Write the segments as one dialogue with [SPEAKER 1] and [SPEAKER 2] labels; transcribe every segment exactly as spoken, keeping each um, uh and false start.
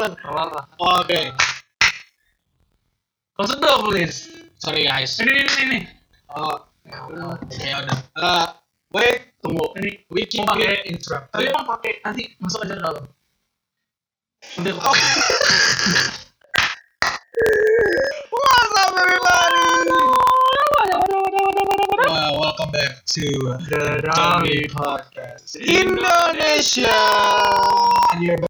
[SPEAKER 1] pelan.
[SPEAKER 2] Apa-apa.
[SPEAKER 1] Oke.
[SPEAKER 2] Maksud dong, please.
[SPEAKER 1] Sorry guys.
[SPEAKER 2] Ini, ini, ini.
[SPEAKER 1] Oh, ya udah. Ya udah. Uh, wait,
[SPEAKER 2] Tunggu, ini.
[SPEAKER 1] we keep
[SPEAKER 2] Mau pakai
[SPEAKER 1] it interrupt.
[SPEAKER 2] Tapi emang pakai, nanti masuk aja ke dalam. Nanti aku
[SPEAKER 1] Oke. What's up everybody? Well, welcome back to
[SPEAKER 2] The Dummy Podcast
[SPEAKER 1] Indonesia. You're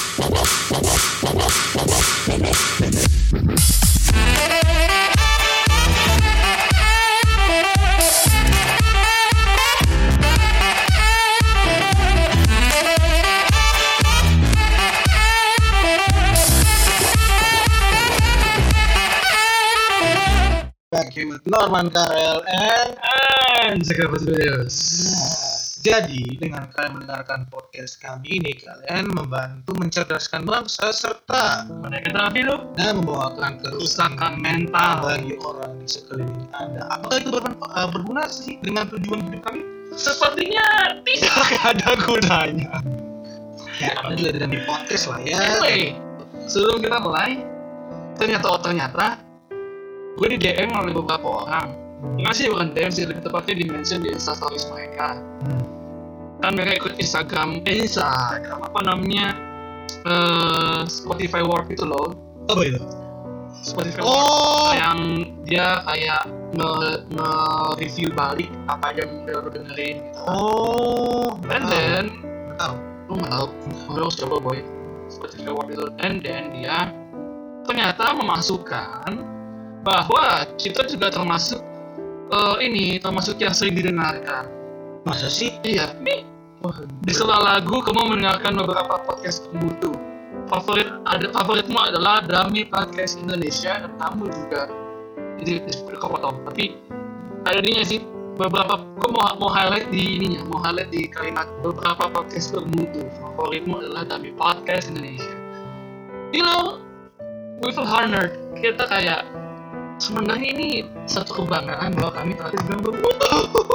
[SPEAKER 1] back here with Norman Karel and
[SPEAKER 2] And Segera Studios.
[SPEAKER 1] Jadi, dengan kalian mendengarkan podcast kami ini, kalian membantu mencerdaskan bangsa serta
[SPEAKER 2] Menaikkan hidup
[SPEAKER 1] dan membawakan kerusakan
[SPEAKER 2] mental.
[SPEAKER 1] bagi orang di sekeliling Anda. Apakah itu bermanfa- uh, berguna sih dengan tujuan hidup kami?
[SPEAKER 2] Sepertinya tidak.
[SPEAKER 1] Tidak ada gunanya. Ya, kami juga tidak di podcast lah ya.
[SPEAKER 2] Anyway, sebelum kita mulai, ternyata oh ternyata gue di D M oleh beberapa orang. Masih bukan D M sih, lebih tepatnya di mention di instastories mereka.
[SPEAKER 1] Hmm.
[SPEAKER 2] Kan mereka ikut Instagram, eh Instagram apa namanya, uh, Spotify World itu loh.
[SPEAKER 1] Apa itu?
[SPEAKER 2] Spotify
[SPEAKER 1] Oh.
[SPEAKER 2] World yang dia kayak nge, nge review balik apa aja yang udah lo dengerin gitu.
[SPEAKER 1] Oh.
[SPEAKER 2] And then,
[SPEAKER 1] Tahu.
[SPEAKER 2] lu nggak tahu, lu harus coba boy Spotify World itu. And then dia ternyata memasukkan bahwa kita juga termasuk uh, ini termasuk yang sering didengarkan.
[SPEAKER 1] Masa sih?
[SPEAKER 2] Iya, nih di sela lagu kamu mendengarkan beberapa podcast mutu. Favorit ada favoritmu adalah Dummy Podcast Indonesia dan kamu juga. Jadi kamu tahu, tapi ada ininya sih beberapa. Aku mau mau highlight di ininya, mau highlight di kalimat beberapa podcast bermutu. Favoritmu adalah Dummy Podcast Indonesia. You know, we feel honored. Kita kayak sebenarnya ini satu kebanggaan bahwa kami telah dibilang bermutu.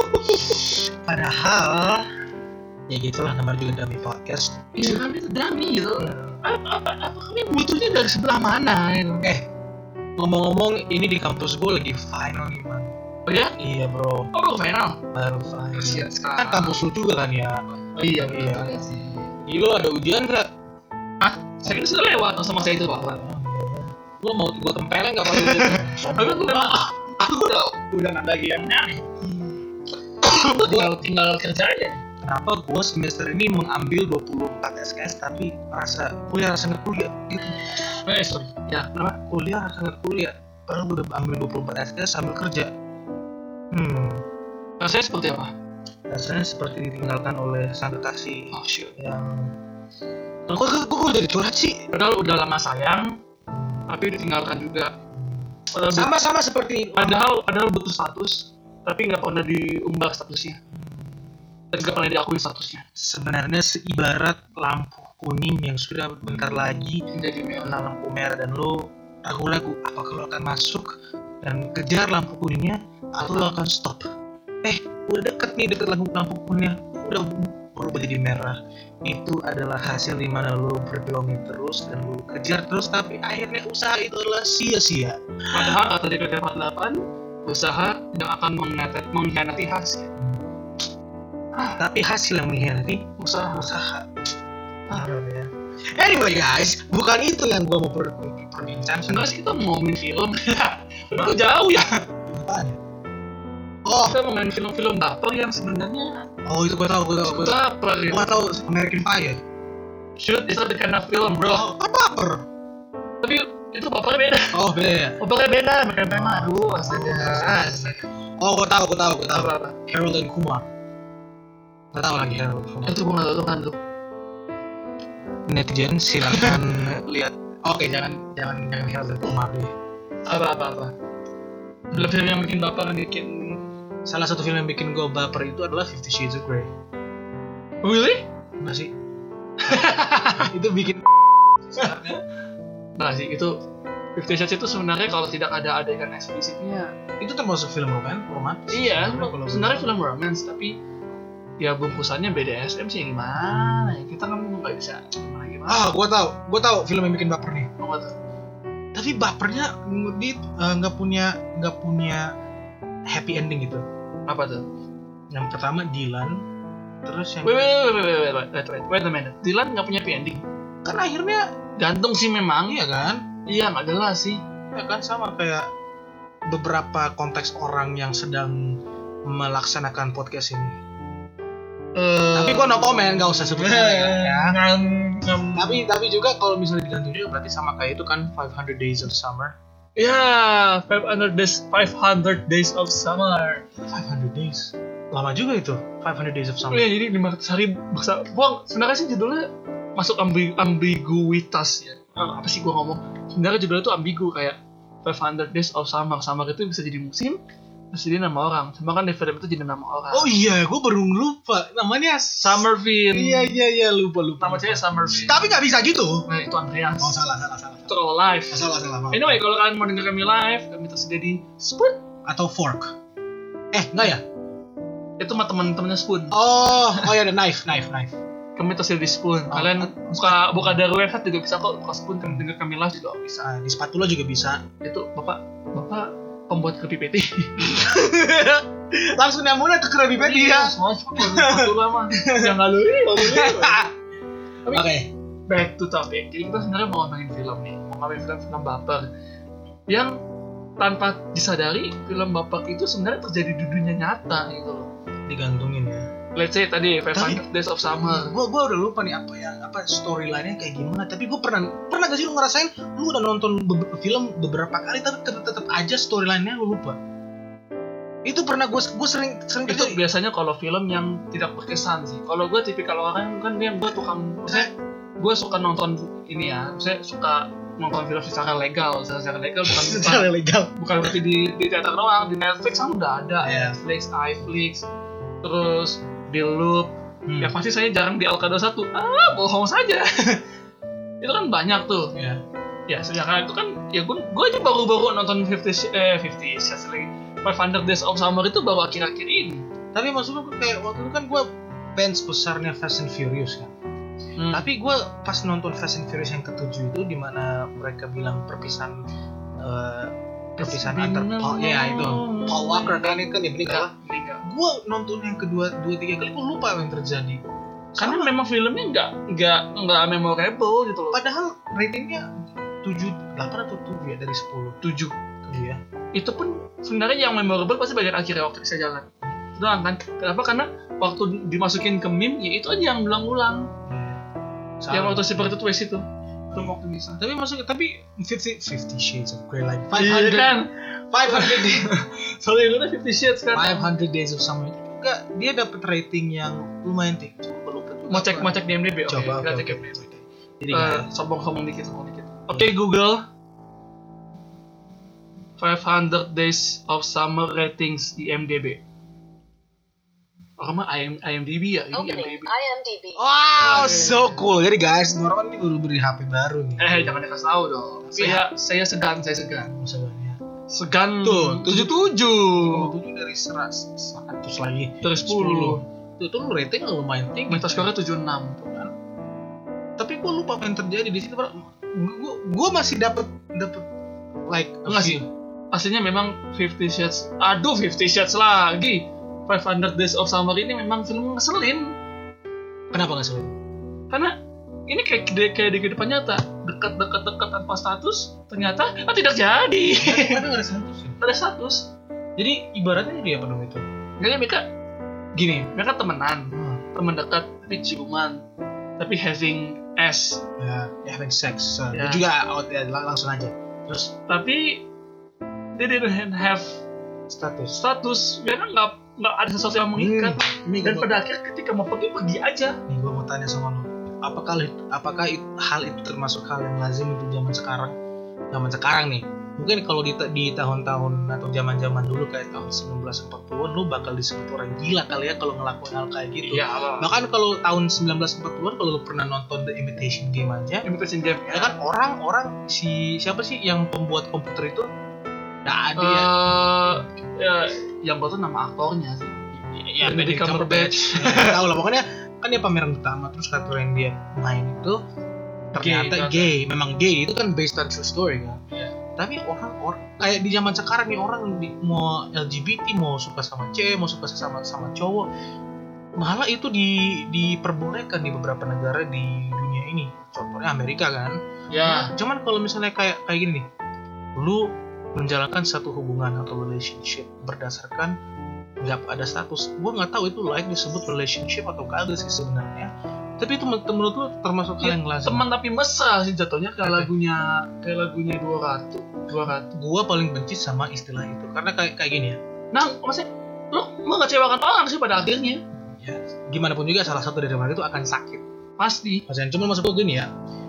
[SPEAKER 1] Padahal ya gitulah, namanya juga Dummy Podcast.
[SPEAKER 2] Iya kan itu dummy gitu. Apa, apa, apa kami butuhnya dari sebelah mana? Gitu.
[SPEAKER 1] Eh, ngomong-ngomong, ini di kampus gue lagi final nih, man.
[SPEAKER 2] Oh ya?
[SPEAKER 1] Iya bro,
[SPEAKER 2] Oh baru final?
[SPEAKER 1] baru final.
[SPEAKER 2] Kasihan
[SPEAKER 1] Kan
[SPEAKER 2] sekarang.
[SPEAKER 1] kampus lu juga kan ya.
[SPEAKER 2] Oh iya
[SPEAKER 1] Iya.
[SPEAKER 2] iya sih.
[SPEAKER 1] Ih, lu ada ujian gak?
[SPEAKER 2] Hah? Saya kira sudah lewat sama saya itu pak.
[SPEAKER 1] Lu mau gue tempelin gak kalau ujian?
[SPEAKER 2] Tapi aku udah, aku udah udah nggak lagi yang nyari. Aku tinggal tinggal kerja aja.
[SPEAKER 1] Kenapa gue semester ini mengambil dua puluh empat S K S tapi rasa kuliah rasa nggak kuliah gitu.
[SPEAKER 2] Eh sorry. Ya kenapa?
[SPEAKER 1] Kuliah rasa nggak kuliah. Padahal gue udah ambil dua puluh empat S K S sambil kerja. Hmm,
[SPEAKER 2] Rasanya seperti apa?
[SPEAKER 1] rasanya seperti ditinggalkan oleh sang kekasih
[SPEAKER 2] Oh shit.
[SPEAKER 1] yang. Kok kok kok jadi curhat sih?
[SPEAKER 2] Padahal udah lama sayang, tapi ditinggalkan juga. Padahal,
[SPEAKER 1] Sama-sama seperti
[SPEAKER 2] padahal, padahal butuh status, tapi nggak pernah diumbar statusnya. Dan nggak pernah diakui statusnya.
[SPEAKER 1] sebenarnya seibarat lampu kuning yang sudah bentar lagi
[SPEAKER 2] Menjadi merah.
[SPEAKER 1] kena lampu merah dan lo ragu-ragu apakah lo akan masuk dan kejar lampu kuningnya atau lo akan stop. Eh, udah deket nih deket lampu lampu kuningnya, udah berubah jadi merah. Itu adalah hasil dimana lo berjuangin terus dan lo kejar terus, tapi akhirnya usaha itu adalah sia-sia.
[SPEAKER 2] Padahal kata D P P empat puluh delapan, usaha yang akan mengkhianati, mengkhianati hasil.
[SPEAKER 1] Tapi hasil yang mengkhianati
[SPEAKER 2] Usaha.
[SPEAKER 1] usaha. Ah, ya. Anyway guys, bukan itu yang gua mau per- perbincang.
[SPEAKER 2] Sebenarnya kita mau ngomongin film. Itu jauh ya.
[SPEAKER 1] Apaan ya? Oh,
[SPEAKER 2] Kita mau main film-film baper yang sebenarnya
[SPEAKER 1] oh itu gua tahu, gua tahu, gua tahu.
[SPEAKER 2] baper ya.
[SPEAKER 1] Gua tahu American Pie.
[SPEAKER 2] Shoot, it's not the kind of film bro.
[SPEAKER 1] Oh, apa baper?
[SPEAKER 2] Tapi itu bapernya beda.
[SPEAKER 1] Oh, beda ya.
[SPEAKER 2] Bapernya beda, mereka memang aduh astaga. Astaga.
[SPEAKER 1] Oh, gua tahu, gua tahu, gua tahu.
[SPEAKER 2] Apa-apa.
[SPEAKER 1] Harold and Kumar. Gak tahu lagi Harold and Kumar.
[SPEAKER 2] Itu gue nggak tahu kan tuh.
[SPEAKER 1] Netizen silakan lihat. Oke, jangan jangan jangan Harold and Kumar deh.
[SPEAKER 2] Apa-apa apa. Film yang bikin baper yang bikin.
[SPEAKER 1] Salah satu film yang bikin gua baper itu adalah Fifty Shades of Grey.
[SPEAKER 2] Really?
[SPEAKER 1] Enggak sih? Itu bikin
[SPEAKER 2] Nah sih itu Fifty Shades itu sebenarnya kalau tidak ada adegan eksplisitnya.
[SPEAKER 1] itu termasuk film roman romantis.
[SPEAKER 2] Iya,
[SPEAKER 1] Kalau-
[SPEAKER 2] sebenarnya film romance tapi ya bungkusannya B D S M sih gimana ya, kita kan nggak bisa gimana gimana.
[SPEAKER 1] Ah, gue tahu, gue tahu film yang bikin baper nih.
[SPEAKER 2] Apa tuh?
[SPEAKER 1] Tapi bapernya di nggak uh, punya nggak punya happy ending gitu.
[SPEAKER 2] Apa tuh?
[SPEAKER 1] Yang pertama Dylan, terus yang
[SPEAKER 2] wait wait wait wait wait wait wait wait a minute. Dylan nggak punya happy ending.
[SPEAKER 1] Kan akhirnya
[SPEAKER 2] gantung sih memang.
[SPEAKER 1] Iya kan?
[SPEAKER 2] Iya nggak jelas sih.
[SPEAKER 1] Ya kan sama kayak beberapa konteks orang yang sedang melaksanakan podcast ini.
[SPEAKER 2] Uh,
[SPEAKER 1] tapi gua no comment, nggak usah sebut ya.
[SPEAKER 2] Ngam, ngam.
[SPEAKER 1] Tapi tapi juga kalau misalnya digantung juga berarti sama kayak itu kan five hundred Days of Summer.
[SPEAKER 2] Ya, five hundred days five hundred days of summer.
[SPEAKER 1] five hundred days. Lama juga itu, five hundred Days of Summer.
[SPEAKER 2] Iya, jadi lima ratus hari bahasa. Gua sebenarnya sih judulnya masuk ambi, ambiguitas ya. Ah, apa sih gua ngomong? Sebenarnya judulnya itu ambigu kayak five hundred Days of Summer. Summer itu bisa jadi musim, bisa jadi nama orang. Sama kan di film itu jadi nama orang.
[SPEAKER 1] Oh iya, gue baru lupa namanya
[SPEAKER 2] Summerville.
[SPEAKER 1] Iya iya iya, lupa lupa.
[SPEAKER 2] Nama cewek Summerville.
[SPEAKER 1] Tapi nggak bisa gitu.
[SPEAKER 2] Nah itu Andreas.
[SPEAKER 1] Oh salah salah salah.
[SPEAKER 2] Itu kalau live.
[SPEAKER 1] Oh, salah salah. Maaf.
[SPEAKER 2] Anyway, kalau kalian mau denger kami live, kami tersedia di Spoon
[SPEAKER 1] atau Fork. Eh enggak ya?
[SPEAKER 2] Itu mah teman-temannya Spoon.
[SPEAKER 1] Oh oh ya ada knife knife knife.
[SPEAKER 2] Kami tersedia di Spoon. Kalian oh, buka buka dari website juga bisa kok. Buka Spoon, kami denger kami live juga bisa.
[SPEAKER 1] Di Spatula juga bisa.
[SPEAKER 2] Itu bapak bapak pembuat Krabby Patty.
[SPEAKER 1] Langsung nyambungnya ke Krabby Patty ya.
[SPEAKER 2] Semua Spatula mah. Jangan lu.
[SPEAKER 1] Oke.
[SPEAKER 2] Back to topic. Jadi kita sebenarnya mau ngomongin film nih. Mau ngomongin film-film baper yang tanpa disadari film baper itu sebenarnya terjadi di dunia nyata gitu loh.
[SPEAKER 1] Digantungin ya.
[SPEAKER 2] Let's say tadi five hundred Days of Summer.
[SPEAKER 1] Gue gue udah lupa nih apa yang apa storyline-nya kayak gimana. Tapi gue pernah pernah gak sih lu ngerasain lu udah nonton be- film beberapa kali tapi tetap aja storyline-nya lu lupa. Itu pernah gue gue sering sering
[SPEAKER 2] itu terjadi. Biasanya kalau film yang tidak berkesan sih. Kalau gue tipikal orang kan dia gue tukang saya gue suka nonton ini ya. Saya suka nonton film secara legal, secara legal bukan
[SPEAKER 1] secara legal.
[SPEAKER 2] Bukan berarti di di teater doang, di Netflix kan udah ada.
[SPEAKER 1] Yeah.
[SPEAKER 2] Netflix, iFlix, terus di Loop. Hmm. Ya pasti saya jarang di Alkado satu. Ah, bohong saja. Itu kan banyak tuh.
[SPEAKER 1] Yeah.
[SPEAKER 2] Ya, sejarah itu kan ya gue gue aja baru-baru nonton fifty eh fifty Shades lagi. five hundred Days of Summer itu baru akhir-akhir ini.
[SPEAKER 1] Tapi maksudnya gue kayak waktu itu kan gue fans besarnya Fast and Furious kan. Hmm. Tapi gue pas nonton Fast and Furious yang ketujuh itu di mana mereka bilang perpisahan uh, perpisahan antar Paul ya itu Paul Walker kan itu kan dia meninggal. Gue nonton yang kedua dua tiga kali gue lupa apa yang terjadi.
[SPEAKER 2] Karena sama. Memang filmnya nggak nggak nggak memorable gitu loh.
[SPEAKER 1] Padahal ratingnya tujuh delapan atau tujuh ya dari sepuluh.
[SPEAKER 2] tujuh
[SPEAKER 1] tujuh ya.
[SPEAKER 2] Itu pun sebenarnya yang memorable pasti bagian akhirnya waktu bisa jalan. Doang kan? Kenapa? Karena waktu dimasukin ke meme ya itu aja yang ulang-ulang. Hmm. Yang waktu seperti twist itu. Itu waktu bisa.
[SPEAKER 1] Tapi maksudnya tapi fifty Shades of Grey like
[SPEAKER 2] five hundred kan?
[SPEAKER 1] five hundred
[SPEAKER 2] Sorry lu udah fifty Shades kan?
[SPEAKER 1] five hundred Days of Summer itu juga dia dapat rating yang lumayan tinggi. Coba lupa juga.
[SPEAKER 2] Mau cek mau cek di M D B.
[SPEAKER 1] Coba
[SPEAKER 2] kita
[SPEAKER 1] cek
[SPEAKER 2] M D B.
[SPEAKER 1] Jadi
[SPEAKER 2] uh, sombong-sombong dikit, sombong dikit. Oke, okay, Google five hundred Days of Summer ratings di M D B. Orang mah I M D B ya, ini I M D B.
[SPEAKER 3] I M D B.
[SPEAKER 1] Wow, so cool. Jadi guys, orang ini baru beli H P baru nih.
[SPEAKER 2] Eh, jangan dikasih tahu dong. Saya saya segan, saya segan.
[SPEAKER 1] Segan ya.
[SPEAKER 2] Segan
[SPEAKER 1] tuh,
[SPEAKER 2] tujuh puluh tujuh.
[SPEAKER 1] tujuh dari seratus lagi.
[SPEAKER 2] Dari sepuluh.
[SPEAKER 1] Itu tuh rating lumayan tinggi.
[SPEAKER 2] Metascore tujuh puluh enam.
[SPEAKER 1] Tapi gue lupa apa yang terjadi di situ. Gue gue masih dapat dapat like
[SPEAKER 2] enggak sih. Aslinya memang fifty Shades. Aduh, fifty Shades lagi. five hundred Days of Summer ini memang film ngeselin.
[SPEAKER 1] Kenapa ngeselin?
[SPEAKER 2] Karena ini kayak kayak di kehidupan nyata, dekat-dekat-dekat tanpa status, ternyata ah, tidak jadi.
[SPEAKER 1] Ada nggak ada status? Ya?
[SPEAKER 2] Ada status.
[SPEAKER 1] Jadi ibaratnya dia apa dong itu?
[SPEAKER 2] Jadi mereka gini, mereka temenan,
[SPEAKER 1] hmm.
[SPEAKER 2] teman dekat, tapi ciuman, tapi having ass,
[SPEAKER 1] ya, having sex, so.
[SPEAKER 2] Ya.
[SPEAKER 1] Juga out ya, langsung aja. Terus
[SPEAKER 2] tapi they didn't have
[SPEAKER 1] status.
[SPEAKER 2] Status, mereka nggak nggak ada sesuatu yang mengikat. Hmm. Dan pada akhirnya ketika mau pergi pergi aja.
[SPEAKER 1] Nih gue mau tanya sama lo, apakah apakah itu, hal itu termasuk hal yang lazim untuk zaman sekarang? Zaman sekarang nih, mungkin kalau di, di tahun-tahun atau zaman-zaman dulu kayak tahun sembilan belas empat puluhan lu bakal disebut orang gila kali ya kalau ngelakuin hal kayak gitu.
[SPEAKER 2] Iya.
[SPEAKER 1] Bahkan kalau tahun sembilan belas empat puluhan kalau lu pernah nonton The Imitation Game aja,
[SPEAKER 2] Imitation Game
[SPEAKER 1] ya kan orang-orang si siapa sih yang pembuat komputer itu? Nah, dia
[SPEAKER 2] uh, ya, yang gue tuh nama aktornya sih.
[SPEAKER 1] ya
[SPEAKER 2] Benedict Cumberbatch.
[SPEAKER 1] Ya, tahu lah pokoknya kan dia pemeran utama, terus karakter yang dia main itu ternyata
[SPEAKER 2] Gay,
[SPEAKER 1] gay, memang gay. Itu kan based on true story kan.
[SPEAKER 2] Iya.
[SPEAKER 1] Tapi orang orang kayak di zaman sekarang nih, orang di, mau L G B T, mau suka sama cewek, mau suka sama sama cowok, malah itu di diperbolehkan di beberapa negara di dunia ini. Contohnya Amerika kan.
[SPEAKER 2] Ya.
[SPEAKER 1] Cuman kalau misalnya kayak kayak gini nih, lu menjalankan satu hubungan atau relationship berdasarkan nggak ada status. Gue nggak tahu itu like disebut relationship atau kagak sih sebenarnya. Tapi itu menurut lu termasuk hal yang lazim.
[SPEAKER 2] Teman tapi mesra sih jatuhnya, kayak lagunya kayak lagunya dua ratus.
[SPEAKER 1] Gue paling benci sama istilah itu karena kayak kayak gini ya.
[SPEAKER 2] Nah, maksudnya lu mengecewakan orang sih pada akhirnya.
[SPEAKER 1] Ya, gimana pun juga salah satu dari mereka itu akan sakit.
[SPEAKER 2] Pasti.
[SPEAKER 1] Maksudnya cuma maksud gue gini ya.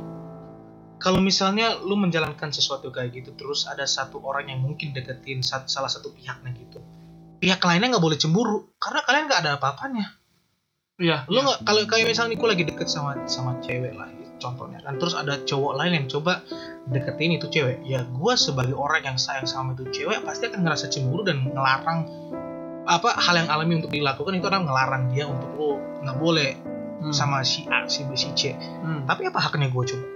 [SPEAKER 1] Kalau misalnya lu menjalankan sesuatu kayak gitu, terus ada satu orang yang mungkin deketin salah satu pihaknya gitu, pihak lainnya nggak boleh cemburu karena kalian nggak ada apa-apanya.
[SPEAKER 2] Iya.
[SPEAKER 1] Lu nggak, kalau kayak misalnya gue lagi deket sama sama cewek lah, contohnya kan, terus ada cowok lain yang coba deketin itu cewek, ya gue sebagai orang yang sayang sama itu cewek pasti akan ngerasa cemburu dan ngelarang apa hal yang alami untuk dilakukan itu adalah ngelarang dia untuk lo nggak boleh hmm. sama si A, si B, si C. Hmm. Tapi apa haknya gue coba?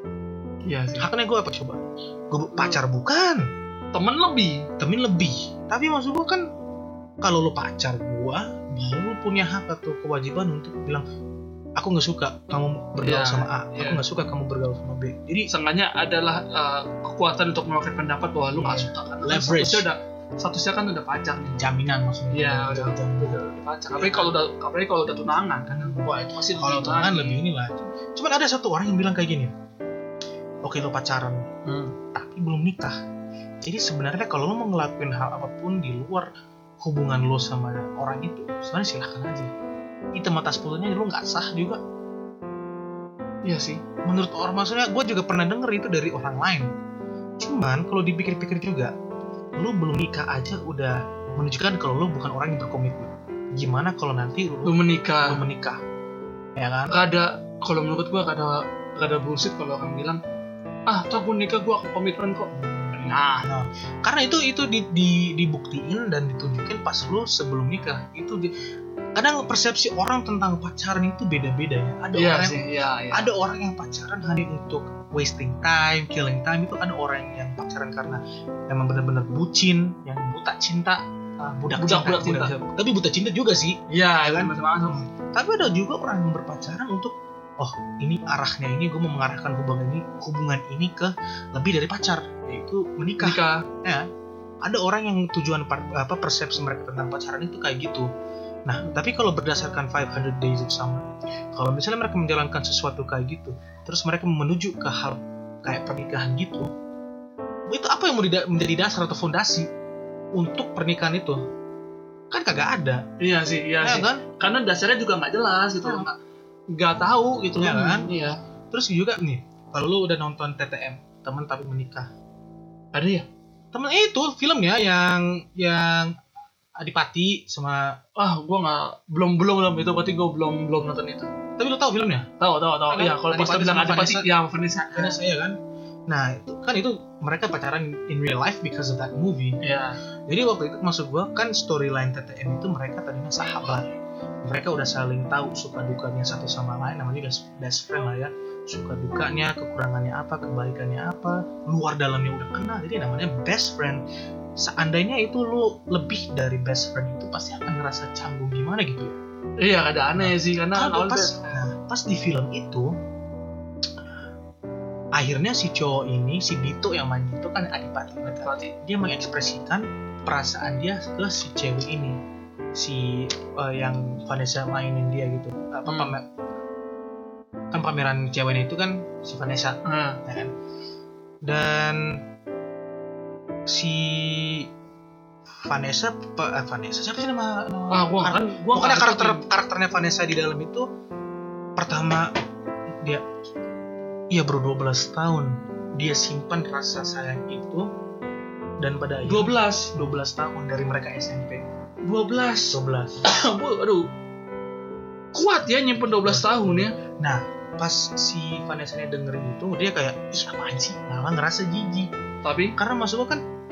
[SPEAKER 2] Iya sih.
[SPEAKER 1] Haknya gue apa coba? Gue pacar bukan?
[SPEAKER 2] Temen lebih.
[SPEAKER 1] Temen lebih. Tapi maksud gue kan kalau lo pacar gue, baru lo punya hak atau kewajiban untuk bilang aku nggak suka kamu bergaul ya, sama A, ya. Aku nggak suka kamu bergaul sama B. Jadi
[SPEAKER 2] seenggaknya adalah uh, kekuatan untuk mengeluarkan pendapat bahwa lu nggak ya. Suka kan.
[SPEAKER 1] Leverage.
[SPEAKER 2] Statusnya udah, statusnya kan udah pacar nih.
[SPEAKER 1] Jaminan maksudnya.
[SPEAKER 2] Iya udah, udah, udah, udah pacar. Apalagi kalau udah, apalagi kalau udah tunangan kan. Wah itu pasti
[SPEAKER 1] kalau tunangan lebih inilah. Cuman ada satu orang yang bilang kayak gini. Oke lo pacaran, hmm. tapi belum nikah. Jadi sebenarnya kalau lo mau ngelakuin hal apapun di luar hubungan lo sama orang itu, sebenarnya silahkan aja. Hitam atas putihnya lo nggak sah juga. Iya sih. Menurut orang, maksudnya gue juga pernah denger itu dari orang lain. Cuman kalau dipikir-pikir juga, lo belum nikah aja udah menunjukkan kalau lo bukan orang yang berkomitmen. Gimana kalau nanti lo,
[SPEAKER 2] lo menikah?
[SPEAKER 1] Lo menikah, ya kan?
[SPEAKER 2] Gak ada. Kalau menurut gue gak ada, gak ada bullshit kalau orang bilang, ah, tak gue nikah gue aku komitmen kok. Nah,
[SPEAKER 1] nah, karena itu itu di, di, dibuktiin dan ditunjukin pas lo sebelum nikah. Itu di, kadang persepsi orang tentang pacaran itu beda-beda ya. Ada
[SPEAKER 2] yeah,
[SPEAKER 1] orang
[SPEAKER 2] sih,
[SPEAKER 1] yang,
[SPEAKER 2] yeah, yeah.
[SPEAKER 1] ada orang yang pacaran hanya untuk wasting time, killing time. Itu ada orang yang pacaran karena memang benar-benar bucin, yang buta cinta, uh, budak, budak, cinta, budak cinta. Budak, tapi buta cinta juga sih.
[SPEAKER 2] Iya, yeah, kan
[SPEAKER 1] macam-macam. Tapi ada juga orang yang berpacaran untuk oh ini arahnya ini gue mau mengarahkan hubungan ini hubungan ini ke lebih dari pacar, yaitu menikah.
[SPEAKER 2] Nikah.
[SPEAKER 1] Ya, ada orang yang tujuan apa persepsi mereka tentang pacaran itu kayak gitu. Nah, tapi kalau berdasarkan five hundred Days of Summer, kalau misalnya mereka menjalankan sesuatu kayak gitu, terus mereka menuju ke hal kayak pernikahan gitu, itu apa yang mau menjadi dasar atau fondasi untuk pernikahan itu? Kan kagak ada.
[SPEAKER 2] Iya sih, iya ya, sih. Kan? Karena dasarnya juga nggak jelas gitu. Nggak nggak tahu gitu
[SPEAKER 1] ya, kan.
[SPEAKER 2] Iya.
[SPEAKER 1] Terus juga nih, kalau lu udah nonton T T M, Teman Tapi Menikah,
[SPEAKER 2] ada ya?
[SPEAKER 1] Temen eh, itu filmnya yang yang Adipati sama
[SPEAKER 2] ah gua nggak belum belum belum itu berarti gua belum belum nonton itu.
[SPEAKER 1] Tapi lu tahu filmnya?
[SPEAKER 2] Tahu tahu tahu. Iya, kalau pas bilang Adipati ya Vanessa.
[SPEAKER 1] Vanessa ya kan. Nah, itu kan itu mereka pacaran in real life because of that movie.
[SPEAKER 2] Iya.
[SPEAKER 1] Jadi waktu itu maksud gua kan storyline T T M itu mereka tadinya sahabat. Mereka udah saling tahu suka dukanya satu sama lain, namanya juga best friend lah ya. Suka dukanya, kekurangannya apa, kebaikannya apa, luar dalamnya udah kenal, jadi namanya best friend. Seandainya itu lu lebih dari best friend itu pasti akan ngerasa canggung gimana gitu ya.
[SPEAKER 2] Iya, ada aneh nah, sih karena
[SPEAKER 1] pas, pas, nah, pas di film itu akhirnya si cowok ini, si Dito yang main itu kan Adipati, Adipati. Dia mengekspresikan perasaan dia ke si cewek ini, si uh, yang Vanessa mainin dia gitu. Apa hmm. pamer, kan pameran ceweknya itu kan si Vanessa, hmm. ya kan? Dan si Vanessa, uh, Vanessa siapa sih nama? nama
[SPEAKER 2] ah, gua kan, gua
[SPEAKER 1] bukannya karakter karakternya Vanessa di dalam itu pertama dia, iya bro dua belas tahun dia simpan rasa sayang itu dan pada
[SPEAKER 2] dua belas
[SPEAKER 1] dua belas tahun dari mereka S M P.
[SPEAKER 2] dua belas
[SPEAKER 1] dua belas
[SPEAKER 2] aduh kuat ya nyimpen dua belas tahun ya.
[SPEAKER 1] Nah pas si Vanessa nya dengerin itu dia kayak ih apaan sih, malah ngerasa jijik.
[SPEAKER 2] Tapi
[SPEAKER 1] karena maksudnya kan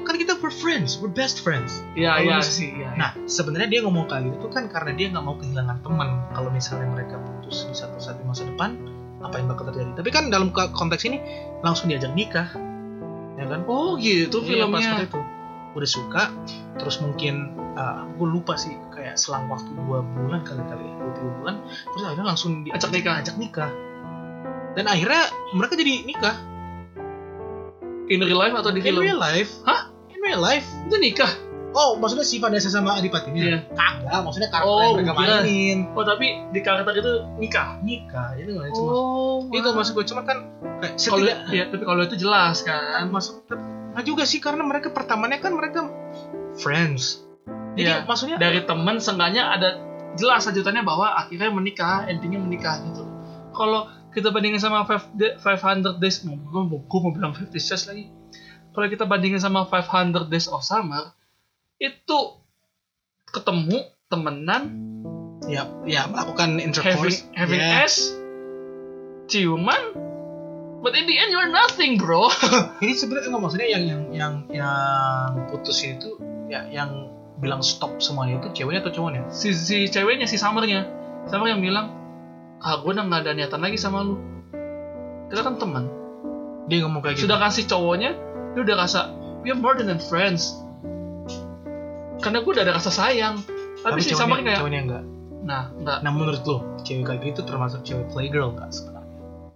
[SPEAKER 1] kan kita we're friends, we're best friends.
[SPEAKER 2] Iya,
[SPEAKER 1] Kalau
[SPEAKER 2] iya
[SPEAKER 1] mis-
[SPEAKER 2] sih. Iya,
[SPEAKER 1] Nah, sebenarnya dia ngomong kayak gitu tuh kan karena dia nggak mau kehilangan teman. Kalau misalnya mereka putus di satu saat di masa depan, apa yang bakal terjadi? Tapi kan dalam k- konteks ini langsung diajak nikah, ya kan?
[SPEAKER 2] oh gitu
[SPEAKER 1] Iya, pas
[SPEAKER 2] filmnya.
[SPEAKER 1] waktu itu udah suka, terus mungkin uh, gue lupa sih kayak selang waktu dua bulan kali kali ya, dua tiga bulan, terus akhirnya langsung diajak
[SPEAKER 2] Ajak nikah.
[SPEAKER 1] ajak nikah. Dan akhirnya mereka jadi nikah.
[SPEAKER 2] In real life atau di
[SPEAKER 1] In
[SPEAKER 2] film?
[SPEAKER 1] real life?
[SPEAKER 2] Hah?
[SPEAKER 1] In real life?
[SPEAKER 2] Itu nikah.
[SPEAKER 1] Oh, maksudnya si Vanessa sama Adipatinya?
[SPEAKER 2] Iya.
[SPEAKER 1] Kagak, maksudnya karakter
[SPEAKER 2] Oh,
[SPEAKER 1] yang mereka
[SPEAKER 2] gila.
[SPEAKER 1] mainin.
[SPEAKER 2] Oh tapi di karakter itu nikah.
[SPEAKER 1] Nikah, itu nggak cuma.
[SPEAKER 2] Oh.
[SPEAKER 1] Itu maksud gue cuma kan kayak
[SPEAKER 2] Kalau
[SPEAKER 1] setidak
[SPEAKER 2] ya, tapi kalau itu jelas kan.
[SPEAKER 1] masuk nggak juga sih karena mereka pertamanya kan mereka friends. Jadi
[SPEAKER 2] Iya.
[SPEAKER 1] maksudnya
[SPEAKER 2] Dari teman seenggaknya ada jelas lanjutannya bahwa akhirnya menikah, endingnya menikah gitu. Kalau kita bandingin sama five de- five hundred Days, gue mau, gue mau bilang Fifty Shades lagi. Kalau kita bandingin sama five hundred Days of Summer, itu ketemu, temenan,
[SPEAKER 1] ya ya melakukan
[SPEAKER 2] having,
[SPEAKER 1] intercourse,
[SPEAKER 2] having
[SPEAKER 1] ya.
[SPEAKER 2] ass, ciuman, but in the end you're nothing, bro.
[SPEAKER 1] Ini sebenarnya nggak maksudnya yang yang yang yang putus itu ya yang bilang stop semuanya itu ceweknya atau cowoknya?
[SPEAKER 2] si, si ceweknya, si Summernya, Summer yang bilang, ah gue udah gak ada niatan lagi sama lu. Kita kan teman.
[SPEAKER 1] Dia ngomong kayak gitu.
[SPEAKER 2] Sedangkan si cowoknya, dia udah rasa, we are more than friends. Karena gue udah ada rasa sayang. Tapi, si Summer
[SPEAKER 1] cowoknya,
[SPEAKER 2] kayak,
[SPEAKER 1] cowoknya enggak.
[SPEAKER 2] nah, enggak.
[SPEAKER 1] Nah menurut lo cewek kayak gitu termasuk cewek playgirl nggak sebenarnya?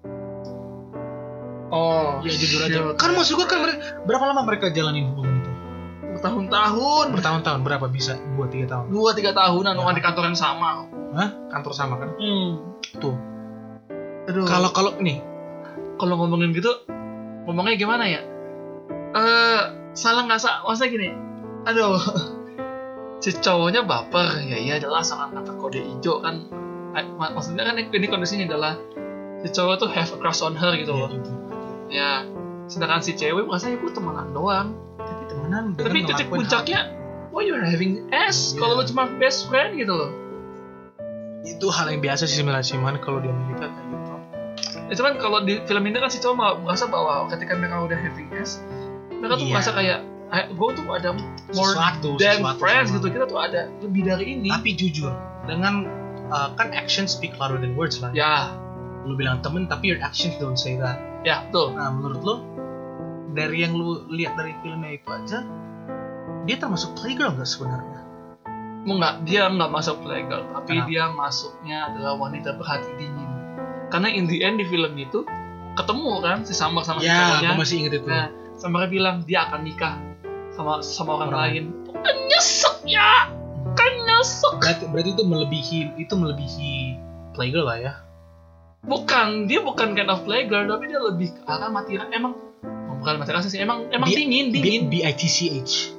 [SPEAKER 2] Oh,
[SPEAKER 1] Ya jujur aja.
[SPEAKER 2] shit.
[SPEAKER 1] Kan maksud gue kan mere- berapa lama mereka jalanin hubungan itu?
[SPEAKER 2] Bertahun-tahun.
[SPEAKER 1] Bertahun-tahun berapa bisa? Dua tiga tahun.
[SPEAKER 2] Dua, tiga tahunan,
[SPEAKER 1] Ya.
[SPEAKER 2] ya. Di kantor yang sama.
[SPEAKER 1] Hah? Kantor sama kan?
[SPEAKER 2] Hmm.
[SPEAKER 1] Tuh.
[SPEAKER 2] Aduh.
[SPEAKER 1] Kalau kalau nih
[SPEAKER 2] kalau ngomongin gitu, ngomongnya gimana ya? Eh, salah nggak sa? Maksudnya gini, aduh, si cowoknya baper, ya iya jelas sama kata kode hijau kan. Eh, mak- maksudnya kan ini kondisinya adalah si cowok tuh have a crush on her gitu
[SPEAKER 1] ya,
[SPEAKER 2] loh.
[SPEAKER 1] jujur.
[SPEAKER 2] Ya, sedangkan si cewek merasa gue temenan doang.
[SPEAKER 1] Tapi temenan dengan
[SPEAKER 2] Tapi titik
[SPEAKER 1] ngelakuin
[SPEAKER 2] puncaknya, why you're having ass?
[SPEAKER 1] Iya.
[SPEAKER 2] Kalau lu cuma best friend gitu loh.
[SPEAKER 1] hal- itu hal yang biasa sih sebenarnya cuman kalau di Amerika kayak gitu.
[SPEAKER 2] Ya, cuman kalau di film ini kan si cowok malah merasa bahwa ketika mereka udah having ass, mereka tuh
[SPEAKER 1] Iya.
[SPEAKER 2] merasa kayak, gue tuh ada more
[SPEAKER 1] Sesuatu,
[SPEAKER 2] than
[SPEAKER 1] sesuatu
[SPEAKER 2] friends
[SPEAKER 1] sama.
[SPEAKER 2] gitu, kita tuh ada lebih dari ini.
[SPEAKER 1] Tapi jujur dengan uh, kan action speak louder than words lah.
[SPEAKER 2] Ya,
[SPEAKER 1] Lu bilang temen tapi your actions don't say that.
[SPEAKER 2] ya betul.
[SPEAKER 1] Nah menurut lo dari yang lu lihat dari filmnya itu aja dia termasuk playgirl nggak sebenarnya?
[SPEAKER 2] Mau nggak, dia nggak masuk playgirl, tapi
[SPEAKER 1] Kenapa?
[SPEAKER 2] dia masuknya adalah wanita berhati dingin. Karena in the end di film itu ketemu kan si Summer sama si
[SPEAKER 1] Ya,
[SPEAKER 2] cowoknya.
[SPEAKER 1] gue masih inget itu.
[SPEAKER 2] Nah, Summer bilang dia akan nikah sama sama orang,
[SPEAKER 1] Orang
[SPEAKER 2] lain. Kan nyesek ya, kan nyesek.
[SPEAKER 1] Berarti, berarti itu melebihi itu melebihi playgirl lah ya.
[SPEAKER 2] Bukan, dia bukan kind of playgirl, tapi dia lebih ke arah mati rasa. Emang, oh, bukan mati rasa sih, emang emang
[SPEAKER 1] B-
[SPEAKER 2] dingin, dingin.
[SPEAKER 1] B I T C H.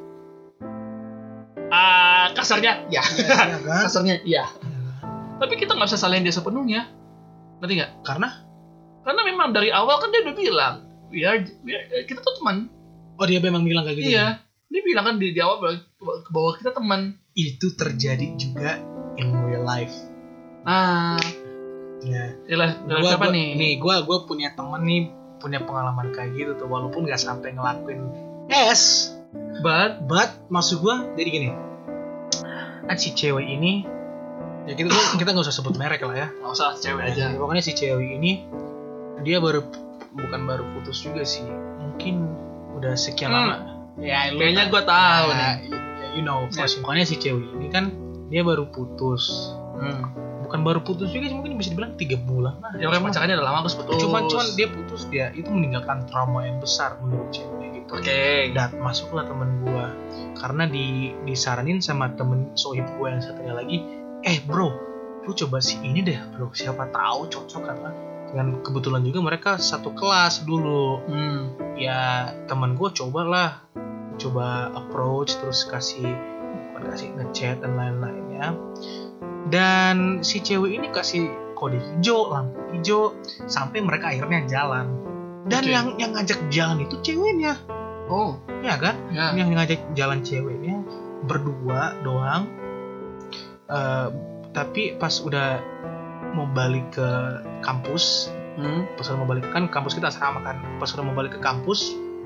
[SPEAKER 2] Ah, kasarnya, ya.
[SPEAKER 1] Iya kan?
[SPEAKER 2] Kasarnya, iya. Tapi kita nggak bisa salahin dia sepenuhnya, ngerti nggak?
[SPEAKER 1] Karena
[SPEAKER 2] Karena memang dari awal kan dia udah bilang, we are, we are- kita tuh teman.
[SPEAKER 1] oh dia memang bilang kayak gitu.
[SPEAKER 2] Iya, dia bilang kan di, di awal bahwa bahwa kita teman.
[SPEAKER 1] Itu terjadi juga in real life.
[SPEAKER 2] Nah,
[SPEAKER 1] Ya.
[SPEAKER 2] ilah,
[SPEAKER 1] Gua,
[SPEAKER 2] siapa
[SPEAKER 1] gua-
[SPEAKER 2] nih?
[SPEAKER 1] Nih, gua gua punya temen nih punya pengalaman kayak gitu tuh walaupun nggak sampai ngelakuin S.
[SPEAKER 2] But,
[SPEAKER 1] But maksud gua jadi gini. Kan si cewek ini ya kita kita nggak usah sebut merek lah ya.
[SPEAKER 2] nggak usah cewek aja.
[SPEAKER 1] Ya, pokoknya si cewek ini dia baru bukan baru putus juga sih. Mungkin udah sekian
[SPEAKER 2] Hmm.
[SPEAKER 1] lama. Ya, lu-
[SPEAKER 2] Kayaknya gue tahu
[SPEAKER 1] ya,
[SPEAKER 2] nih.
[SPEAKER 1] ya, you know, first. Pokoknya si cewek ini kan dia baru putus.
[SPEAKER 2] Hmm.
[SPEAKER 1] Bukan baru putus juga sih, mungkin bisa dibilang tiga bulan lah.
[SPEAKER 2] Ya orang pacarannya udah lama terus putus.
[SPEAKER 1] Cuman cuman dia putus dia itu meninggalkan trauma yang besar menurut cewek gitu.
[SPEAKER 2] Oke.
[SPEAKER 1] Dan masuklah temen gua karena di disaranin sama temen sohib gua yang satunya lagi, eh bro, lu coba si ini deh bro, siapa tahu cocok kan lah. Dan kebetulan juga mereka satu kelas dulu.
[SPEAKER 2] Hmm.
[SPEAKER 1] Ya temen gua cobalah, coba approach terus kasih bukan kasih ngechat dan lain-lainnya. Dan si cewek ini kasih kode hijau, lampu hijau sampai mereka akhirnya jalan. Dan
[SPEAKER 2] Oke.
[SPEAKER 1] yang yang ngajak jalan itu ceweknya,
[SPEAKER 2] Oh,
[SPEAKER 1] ya kan?
[SPEAKER 2] ya.
[SPEAKER 1] Yang ngajak jalan ceweknya berdua doang. Eh, tapi pas udah mau balik ke kampus,
[SPEAKER 2] Hmm.
[SPEAKER 1] pas udah mau balik kan kampus kita sama kan. Pas udah mau balik ke kampus,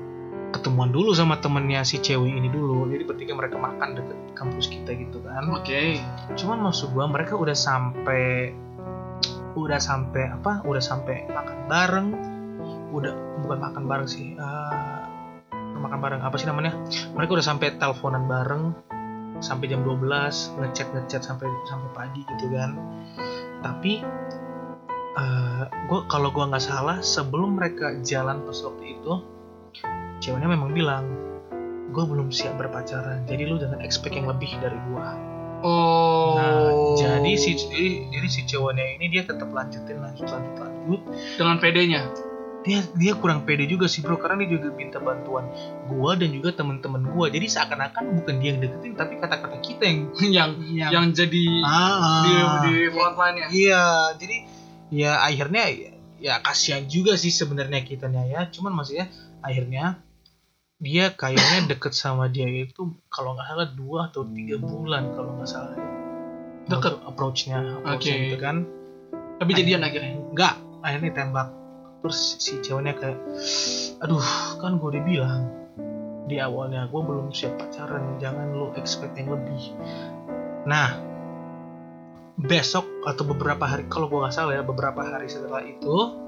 [SPEAKER 1] ketemuan dulu sama temennya si cewek ini dulu. Jadi bertiga mereka makan deket kampus kita gitu kan.
[SPEAKER 2] Oke. Okay.
[SPEAKER 1] Cuman maksud gua mereka udah sampai udah sampai apa? Udah sampai makan bareng. Udah bukan makan bareng sih. Uh, makan bareng apa sih namanya? Mereka udah sampai teleponan bareng sampai jam dua belas, ngechat ngechat sampai sampai pagi gitu kan. Tapi uh, gua kalau gua nggak salah sebelum mereka jalan pas waktu itu, ceweknya memang bilang, gue belum siap berpacaran, jadi lu jangan expect yang lebih dari gue.
[SPEAKER 2] Oh.
[SPEAKER 1] Nah, jadi si jadi, jadi si ceweknya ini dia tetap lanjutin lanjut lanjut lanjut
[SPEAKER 2] dengan pedenya.
[SPEAKER 1] Dia dia kurang pede juga sih bro, karena dia juga minta bantuan gue dan juga teman-teman gue. Jadi seakan-akan bukan dia yang deketin, tapi kata-kata kita yang
[SPEAKER 2] yang yang, yang jadi
[SPEAKER 1] ah,
[SPEAKER 2] di di frontline-nya.
[SPEAKER 1] Iya, jadi ya akhirnya ya kasihan juga sih sebenarnya kitanya ya. Cuman maksudnya akhirnya dia kayaknya deket sama dia itu kalau nggak salah dua atau tiga bulan kalau nggak salah ya. Deket approach-nya, approach-nya
[SPEAKER 2] okay.
[SPEAKER 1] gitu kan.
[SPEAKER 2] Tapi jadian akhirnya?
[SPEAKER 1] Nggak, akhirnya tembak. Terus si ceweknya kayak, aduh kan gue udah bilang di awalnya gue belum siap pacaran, jangan lo expect yang lebih. Nah besok atau beberapa hari, kalau gue nggak salah ya, beberapa hari setelah itu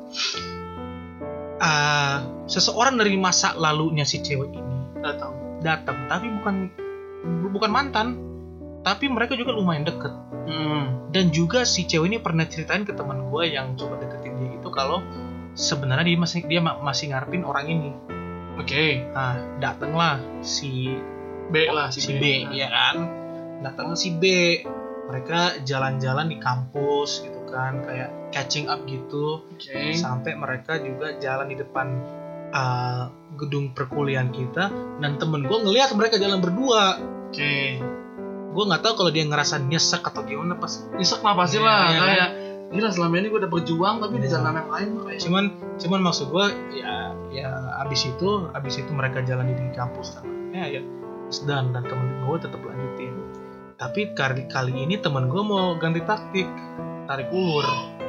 [SPEAKER 1] Uh, seseorang dari masa lalunya si cewek ini datang, datang, tapi bukan bukan mantan, tapi mereka juga lumayan deket. Hmm. Dan juga si cewek ini pernah ceritain ke teman gue yang coba deketin dia itu kalau sebenarnya dia masih dia masih ngarepin orang ini.
[SPEAKER 2] Oke. Okay.
[SPEAKER 1] Nah, datanglah si
[SPEAKER 2] B lah, si,
[SPEAKER 1] si B,
[SPEAKER 2] B,
[SPEAKER 1] B ya kan? Datanglah si B. Mereka jalan-jalan di kampus gitu kan, kayak catching up gitu.
[SPEAKER 2] Okay.
[SPEAKER 1] Sampai mereka juga jalan di depan uh, gedung perkuliahan kita, dan temen gue ngelihat mereka jalan berdua.
[SPEAKER 2] Oke. Okay.
[SPEAKER 1] Gue nggak tahu kalau dia ngerasa nyesek atau gimana pas.
[SPEAKER 2] Nyesek mah pasti lah,
[SPEAKER 1] ya,
[SPEAKER 2] kayak kan? Gila selama ini gue udah berjuang tapi ya. Di jalan yang lain kayak.
[SPEAKER 1] Cuman, cuman maksud gue ya, ya abis itu, abis itu mereka jalan di kampus namanya ya, dan dan temen gue tetap lanjutin. Tapi kali kali ini temen gue mau ganti taktik, tarik ulur.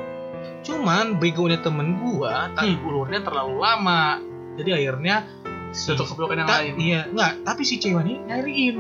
[SPEAKER 1] Cuman begonya temen gue tarik hmm. ulurnya terlalu lama, jadi akhirnya
[SPEAKER 2] tutup kepelukan yang
[SPEAKER 1] ta-
[SPEAKER 2] lain.
[SPEAKER 1] Iya, nggak. Tapi si cewek ini nyariin,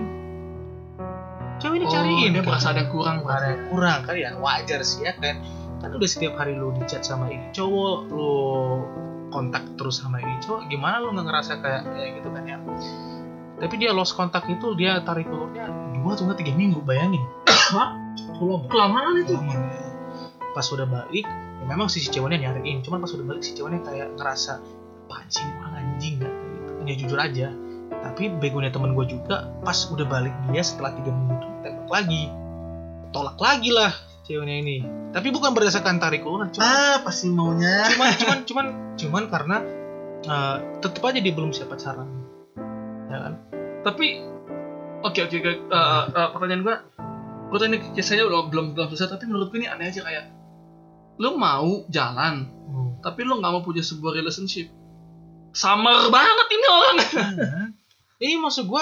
[SPEAKER 1] cewek ini oh, cariin.
[SPEAKER 2] Dia merasa ada kurang,
[SPEAKER 1] ada kurang kan ya, wajar sih ya kan. Kan udah setiap hari lu di chat sama ini cowok, lu kontak terus sama ini cowok, gimana lu nggak ngerasa kayak kayak gitu kan ya? Tapi dia lost kontak itu, dia tarik ulurnya dua atau tiga minggu, bayangin.
[SPEAKER 2] Hah? Kelamaan itu.
[SPEAKER 1] Kelamaan. Pas udah balik, ya memang si ceweknya nyariin. Cuman pas udah balik si ceweknya kayak ngerasa, apaan sih orang anjing gak? Gitu. Ya jujur aja. Tapi begonya temen gue juga, pas udah balik dia setelah tiga minggu itu tembak lagi. Tolak lagi lah ceweknya ini. Tapi bukan berdasarkan tarik ulur.
[SPEAKER 2] Ah, pasti maunya.
[SPEAKER 1] Cuman, cuman, cuman, cuman karena uh, tetep aja dia belum siap pacaran. Ya kan?
[SPEAKER 2] Tapi oke okay, oke okay, uh, uh, pertanyaan gue gue tadi kisahnya belum belum belum selesai, tapi menurut gue ini aneh aja, kayak lu mau jalan hmm. tapi lu nggak mau punya sebuah relationship. Samar banget ini orang.
[SPEAKER 1] Ini maksud gue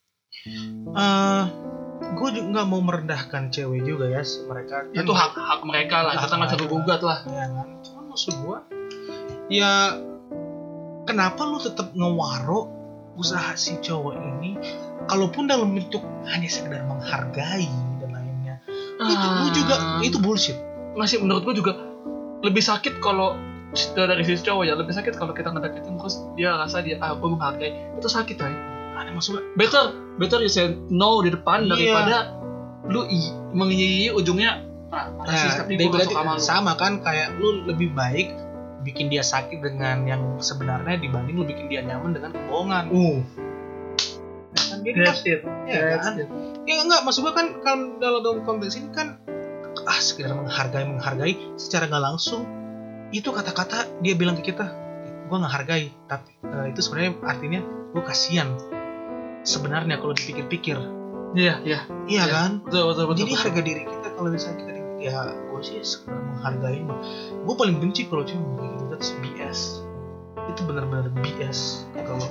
[SPEAKER 1] uh, gue juga nggak mau merendahkan cewek juga ya, mereka kan
[SPEAKER 2] itu hak hak mereka lah, kita nggak bisa gugat lah
[SPEAKER 1] ya kan. Cuman maksud gue ya kenapa lu tetap ngewaro usaha si cowok ini, kalaupun dalam bentuk hanya sekedar menghargai dan lainnya, ah. itu lu juga itu bullshit.
[SPEAKER 2] Masih menurut gue juga lebih sakit kalau dari sisi cowok ya, lebih sakit kalau kita ngedeketin terus dia rasa dia ah gue menghargai, itu sakit kan. Ada maksudnya better better you say no di depan yeah. daripada lu i- mengiyi ujungnya ah
[SPEAKER 1] nah, sikap gue sama, sama kan, kayak lu lebih baik bikin dia sakit dengan yang sebenarnya dibanding lu bikin dia nyaman dengan kebohongan. Uh. Ya kan jadi
[SPEAKER 2] That's it.
[SPEAKER 1] Ya kan? Ya enggak, maksud gua kan kalau dalam konteks ini kan ah sekedar menghargai menghargai secara nggak langsung, itu kata-kata dia bilang ke kita, gua nggak hargai, tapi uh, itu sebenarnya artinya gua kasihan. Sebenarnya kalau dipikir-pikir.
[SPEAKER 2] Iya, iya.
[SPEAKER 1] Iya kan?
[SPEAKER 2] Betul, betul, betul.
[SPEAKER 1] Jadi betul. Harga diri kita kalau misalnya kita ya gue sih sekedar menghargai mah. Gue paling benci kalau cuma kayak gitu, that's B S. Itu benar-benar B S. Kalau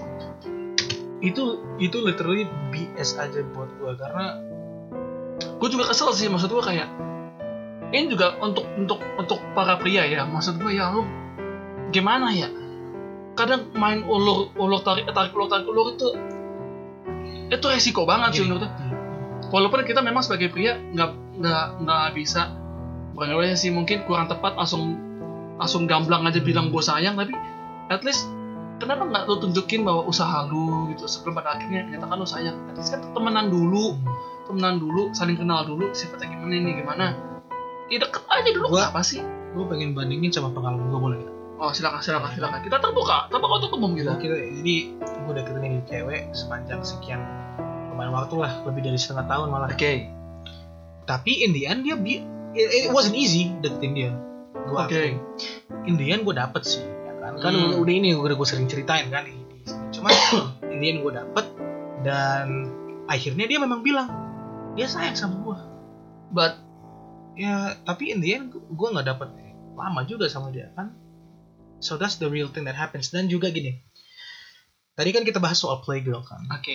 [SPEAKER 1] itu itu literally B S aja buat gue, karena
[SPEAKER 2] gue juga kesel sih, maksud gue kayak ini juga untuk untuk untuk para pria ya, maksud gue ya lu gimana ya, kadang main ulur ulur tarik tarik ulur tarik ulur itu itu resiko banget sih menurut gue. Walaupun kita memang sebagai pria nggak nggak nggak bisa, bukan nggak sih, mungkin kurang tepat langsung langsung gamblang aja bilang gue sayang, tapi at least kenapa nggak lu tunjukin bahwa usaha lu gitu sebelum pada akhirnya nyatakan lu sayang. At least kan temenan dulu, temenan dulu, saling kenal dulu, sifatnya gimana ini gimana. Ya deket aja dulu, gua, apa sih?
[SPEAKER 1] Gue pengen bandingin sama pengalaman gue, boleh nggak?
[SPEAKER 2] Oh silakan silakan silakan. Kita terbuka, terbuka untuk umum gitu.
[SPEAKER 1] Kita, jadi gue udah ketemu cewek sepanjang sekian lumayan waktu lah, lebih dari setengah tahun malah.
[SPEAKER 2] Oke. Okay.
[SPEAKER 1] Tapi in the end dia, bi- it, it wasn't easy deketin dia. Oke. Okay. In the end gue dapet sih, ya kan? Kan hmm. udah ini udah gue sering ceritain kan di sini. Cuma in the end gue dapet dan akhirnya dia memang bilang dia sayang sama gue.
[SPEAKER 2] But
[SPEAKER 1] ya tapi in the end gue nggak dapet lama juga sama dia kan. So that's the real thing that happens. Dan juga gini, tadi kan kita bahas soal playgirl kan.
[SPEAKER 2] Oke. Okay.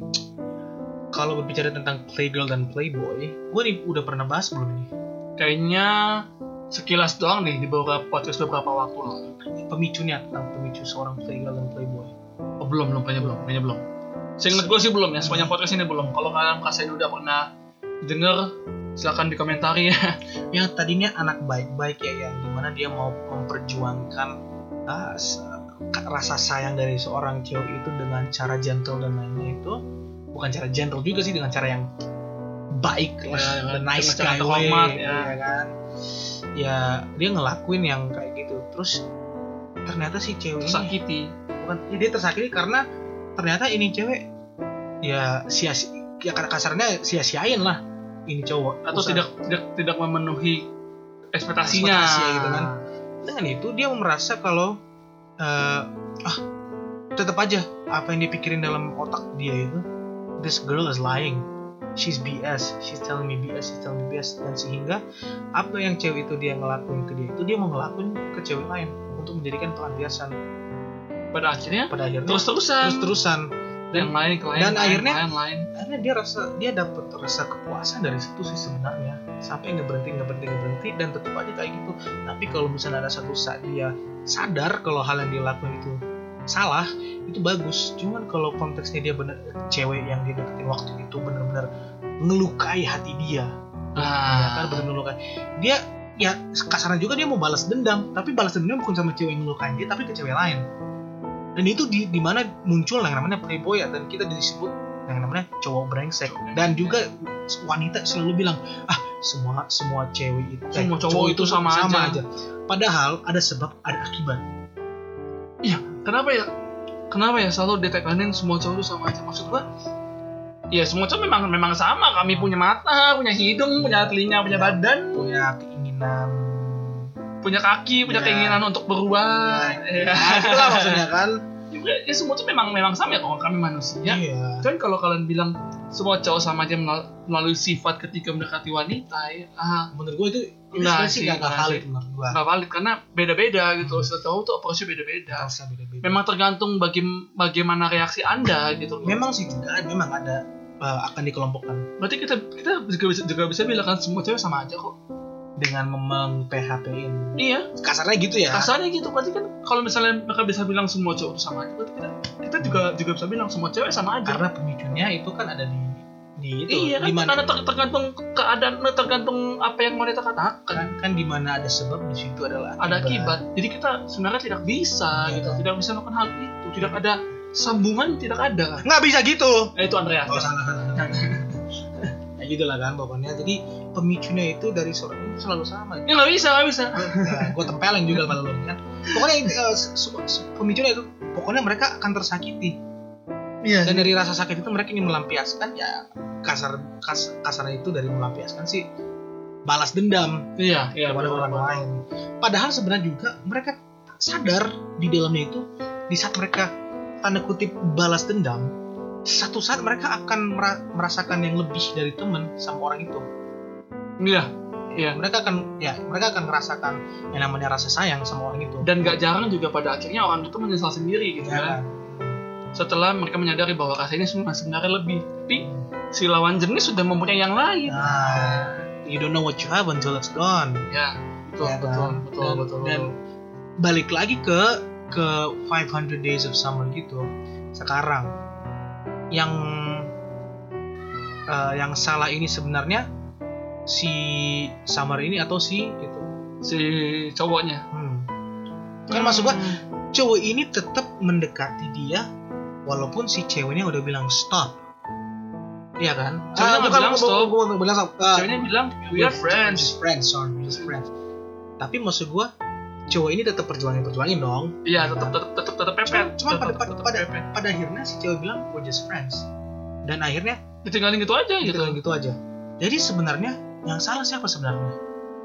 [SPEAKER 1] Kalau berbicara tentang playgirl dan playboy, gue nih udah pernah bahas belum ini?
[SPEAKER 2] Kayaknya sekilas doang nih di beberapa podcast beberapa waktu lalu.
[SPEAKER 1] Pemicunya tentang pemicu seorang playgirl dan playboy.
[SPEAKER 2] Oh belum, belum, kayaknya belum, kayaknya belum. Seingat gue sih belum ya, sepanjang podcast ini belum. Kalau kalian kasihan udah pernah denger, silakan dikomentari ya.
[SPEAKER 1] Yang tadinya anak baik-baik ya, yang dimana dia mau memperjuangkan uh, rasa sayang dari seorang cewek itu dengan cara gentle dan lainnya itu, bukan cara gentle juga sih, dengan cara yang baik lah, ya, the nice guy way, ya. ya kan? Ya dia ngelakuin yang kayak gitu, terus ternyata si cewek
[SPEAKER 2] tersakiti.
[SPEAKER 1] ini bukan, ya dia tersakiti karena ternyata ini cewek ya sia-sia, ya kasarnya sia-siain lah ini cowok,
[SPEAKER 2] atau usaha. tidak tidak tidak memenuhi ekspektasinya
[SPEAKER 1] ekspektasi gitu kan. Dengan itu dia merasa kalau uh, ah tetap aja apa yang dipikirin dalam otak dia itu, this girl is lying, she's B S, she's telling me B S, she's telling me B S, dan sehingga apa yang cewek itu dia ngelakuin ke dia itu dia mau ngelakuin ke cewek lain untuk menjadikan pelampiasan.
[SPEAKER 2] Pada akhirnya,
[SPEAKER 1] pada akhirnya
[SPEAKER 2] terus-terusan,
[SPEAKER 1] terus-terusan.
[SPEAKER 2] Dan, yang lain ke lain,
[SPEAKER 1] dan
[SPEAKER 2] lain,
[SPEAKER 1] akhirnya
[SPEAKER 2] lain, lain.
[SPEAKER 1] akhirnya dia rasa dia dapat rasa kepuasan dari situ sih sebenarnya, sampai nggak berhenti nggak berhenti nggak berhenti dan tetap aja kayak gitu. Tapi kalau misalnya ada satu saat dia sadar kalau hal yang dia lakukan itu salah, itu bagus. Cuman kalau konteksnya dia bener, cewek yang dia deketin waktu itu benar-benar ngelukai hati dia,
[SPEAKER 2] ah.
[SPEAKER 1] ya kan, benar-benar ngelukai dia, ya kasarnya juga dia mau balas dendam, tapi balas dendamnya bukan sama cewek yang ngelukain dia, tapi ke cewek lain. Dan itu di di mana muncul yang namanya playboy ya, dan kita disebut yang namanya cowok brengsek. Dan juga wanita selalu bilang, ah semua semua cewek itu,
[SPEAKER 2] semua cowok, cowok itu sama, sama aja. aja.
[SPEAKER 1] Padahal ada sebab, ada akibat.
[SPEAKER 2] Iya, kenapa ya? Kenapa ya selalu ditekanin semua cowok itu sama aja? Maksud gua, ya semua cowok memang memang sama. Kami punya mata, punya hidung, punya telinga, punya badan,
[SPEAKER 1] punya keinginan,
[SPEAKER 2] punya kaki, punya ya. keinginan untuk berubah.
[SPEAKER 1] Ya, ya. Nah, itulah maksudnya kan.
[SPEAKER 2] Ya, ya semua itu memang memang sama ya, kalau kami manusia.
[SPEAKER 1] Iya.
[SPEAKER 2] Kan kalau kalian bilang semua cowok sama aja melalui sifat ketika mendekati wanita, ya, ah,
[SPEAKER 1] menurut gue itu
[SPEAKER 2] enggak sih,
[SPEAKER 1] nggak valid menurut gue.
[SPEAKER 2] Nggak valid karena beda-beda gitu. Setiap cowok tuh approach-nya beda-beda.
[SPEAKER 1] beda-beda.
[SPEAKER 2] Memang tergantung baga- bagaimana reaksi Anda gitu.
[SPEAKER 1] Memang sih juga memang ada uh, akan dikelompokkan.
[SPEAKER 2] Berarti kita kita juga bisa, juga bisa bilang kan semua cewek sama aja kok.
[SPEAKER 1] Dengan mem-P H P-in.
[SPEAKER 2] Iya.
[SPEAKER 1] Kasarnya gitu ya.
[SPEAKER 2] Kasarnya gitu. Berarti kan kalau misalnya mereka bisa bilang semua cowok itu sama aja, berarti kita kita juga juga bisa bilang semua cewek sama aja.
[SPEAKER 1] Karena pemicunya itu kan ada di di itu.
[SPEAKER 2] Iya kan. Karena ter- tergantung keadaan, tergantung apa yang wanita katakan.
[SPEAKER 1] Kan, kan di mana ada sebab, di situ adalah akibat.
[SPEAKER 2] Ada akibat. Jadi kita sebenarnya tidak bisa ya, gitu. Kan? Tidak bisa melakukan hal itu. Tidak ada sambungan, tidak ada.
[SPEAKER 1] Nggak bisa gitu.
[SPEAKER 2] Eh, itu Andrea.
[SPEAKER 1] Oh, salah salah. Nah, gitulah kan pokoknya. Jadi pemicunya itu dari seorang itu selalu sama.
[SPEAKER 2] Ya nggak bisa, nggak bisa.
[SPEAKER 1] Nah, gue tempelin juga pada lo kan. Pokoknya uh, pemicunya itu, pokoknya mereka akan tersakiti. Iya. Dan dari rasa sakit itu mereka ingin melampiaskan, ya kasar kas, kasarnya itu dari melampiaskan sih balas dendam.
[SPEAKER 2] Iya, iya,
[SPEAKER 1] kepada orang lain. Padahal sebenarnya juga mereka sadar di dalamnya itu, di saat mereka tanda kutip balas dendam, satu saat mereka akan merasakan yang lebih dari teman sama orang itu.
[SPEAKER 2] Iya, iya.
[SPEAKER 1] Mereka akan, ya, mereka akan merasakan yang namanya rasa sayang sama orang itu.
[SPEAKER 2] Dan gak jarang juga pada akhirnya orang itu menyesal sendiri gitu ya, kan. Setelah mereka menyadari bahwa rasa ini sebenarnya lebih, tapi si lawan jenis sudah mempunyai yang lain.
[SPEAKER 1] Nah, you don't know what you have until it's gone.
[SPEAKER 2] Ya, betul,
[SPEAKER 1] ya,
[SPEAKER 2] betul,
[SPEAKER 1] kan?
[SPEAKER 2] betul,
[SPEAKER 1] dan,
[SPEAKER 2] betul, betul.
[SPEAKER 1] Dan balik lagi ke ke five hundred Days of Summer gitu, sekarang yang uh, yang salah ini sebenarnya si Summer ini atau si itu
[SPEAKER 2] si cowoknya.
[SPEAKER 1] Hmm. Kan maksud gua cowok ini tetap mendekati dia walaupun si ceweknya udah bilang stop. Iya kan?
[SPEAKER 2] Ceweknya nggak bilang stop.
[SPEAKER 1] Gua, gua bilang stop. Uh,
[SPEAKER 2] ceweknya bilang we are friends.
[SPEAKER 1] Just friends, sorry, just friends. Tapi maksud gua cowok ini tetap perjuangin perjuangin dong.
[SPEAKER 2] Iya, tetap tetap tetap tetap pepet.
[SPEAKER 1] Cuma pada pada pada, pada akhirnya si cewek bilang we're just friends. Dan akhirnya
[SPEAKER 2] ditinggalin gitu aja gitu.
[SPEAKER 1] Ditinggalin gitu aja. Jadi sebenarnya yang salah siapa sebenarnya?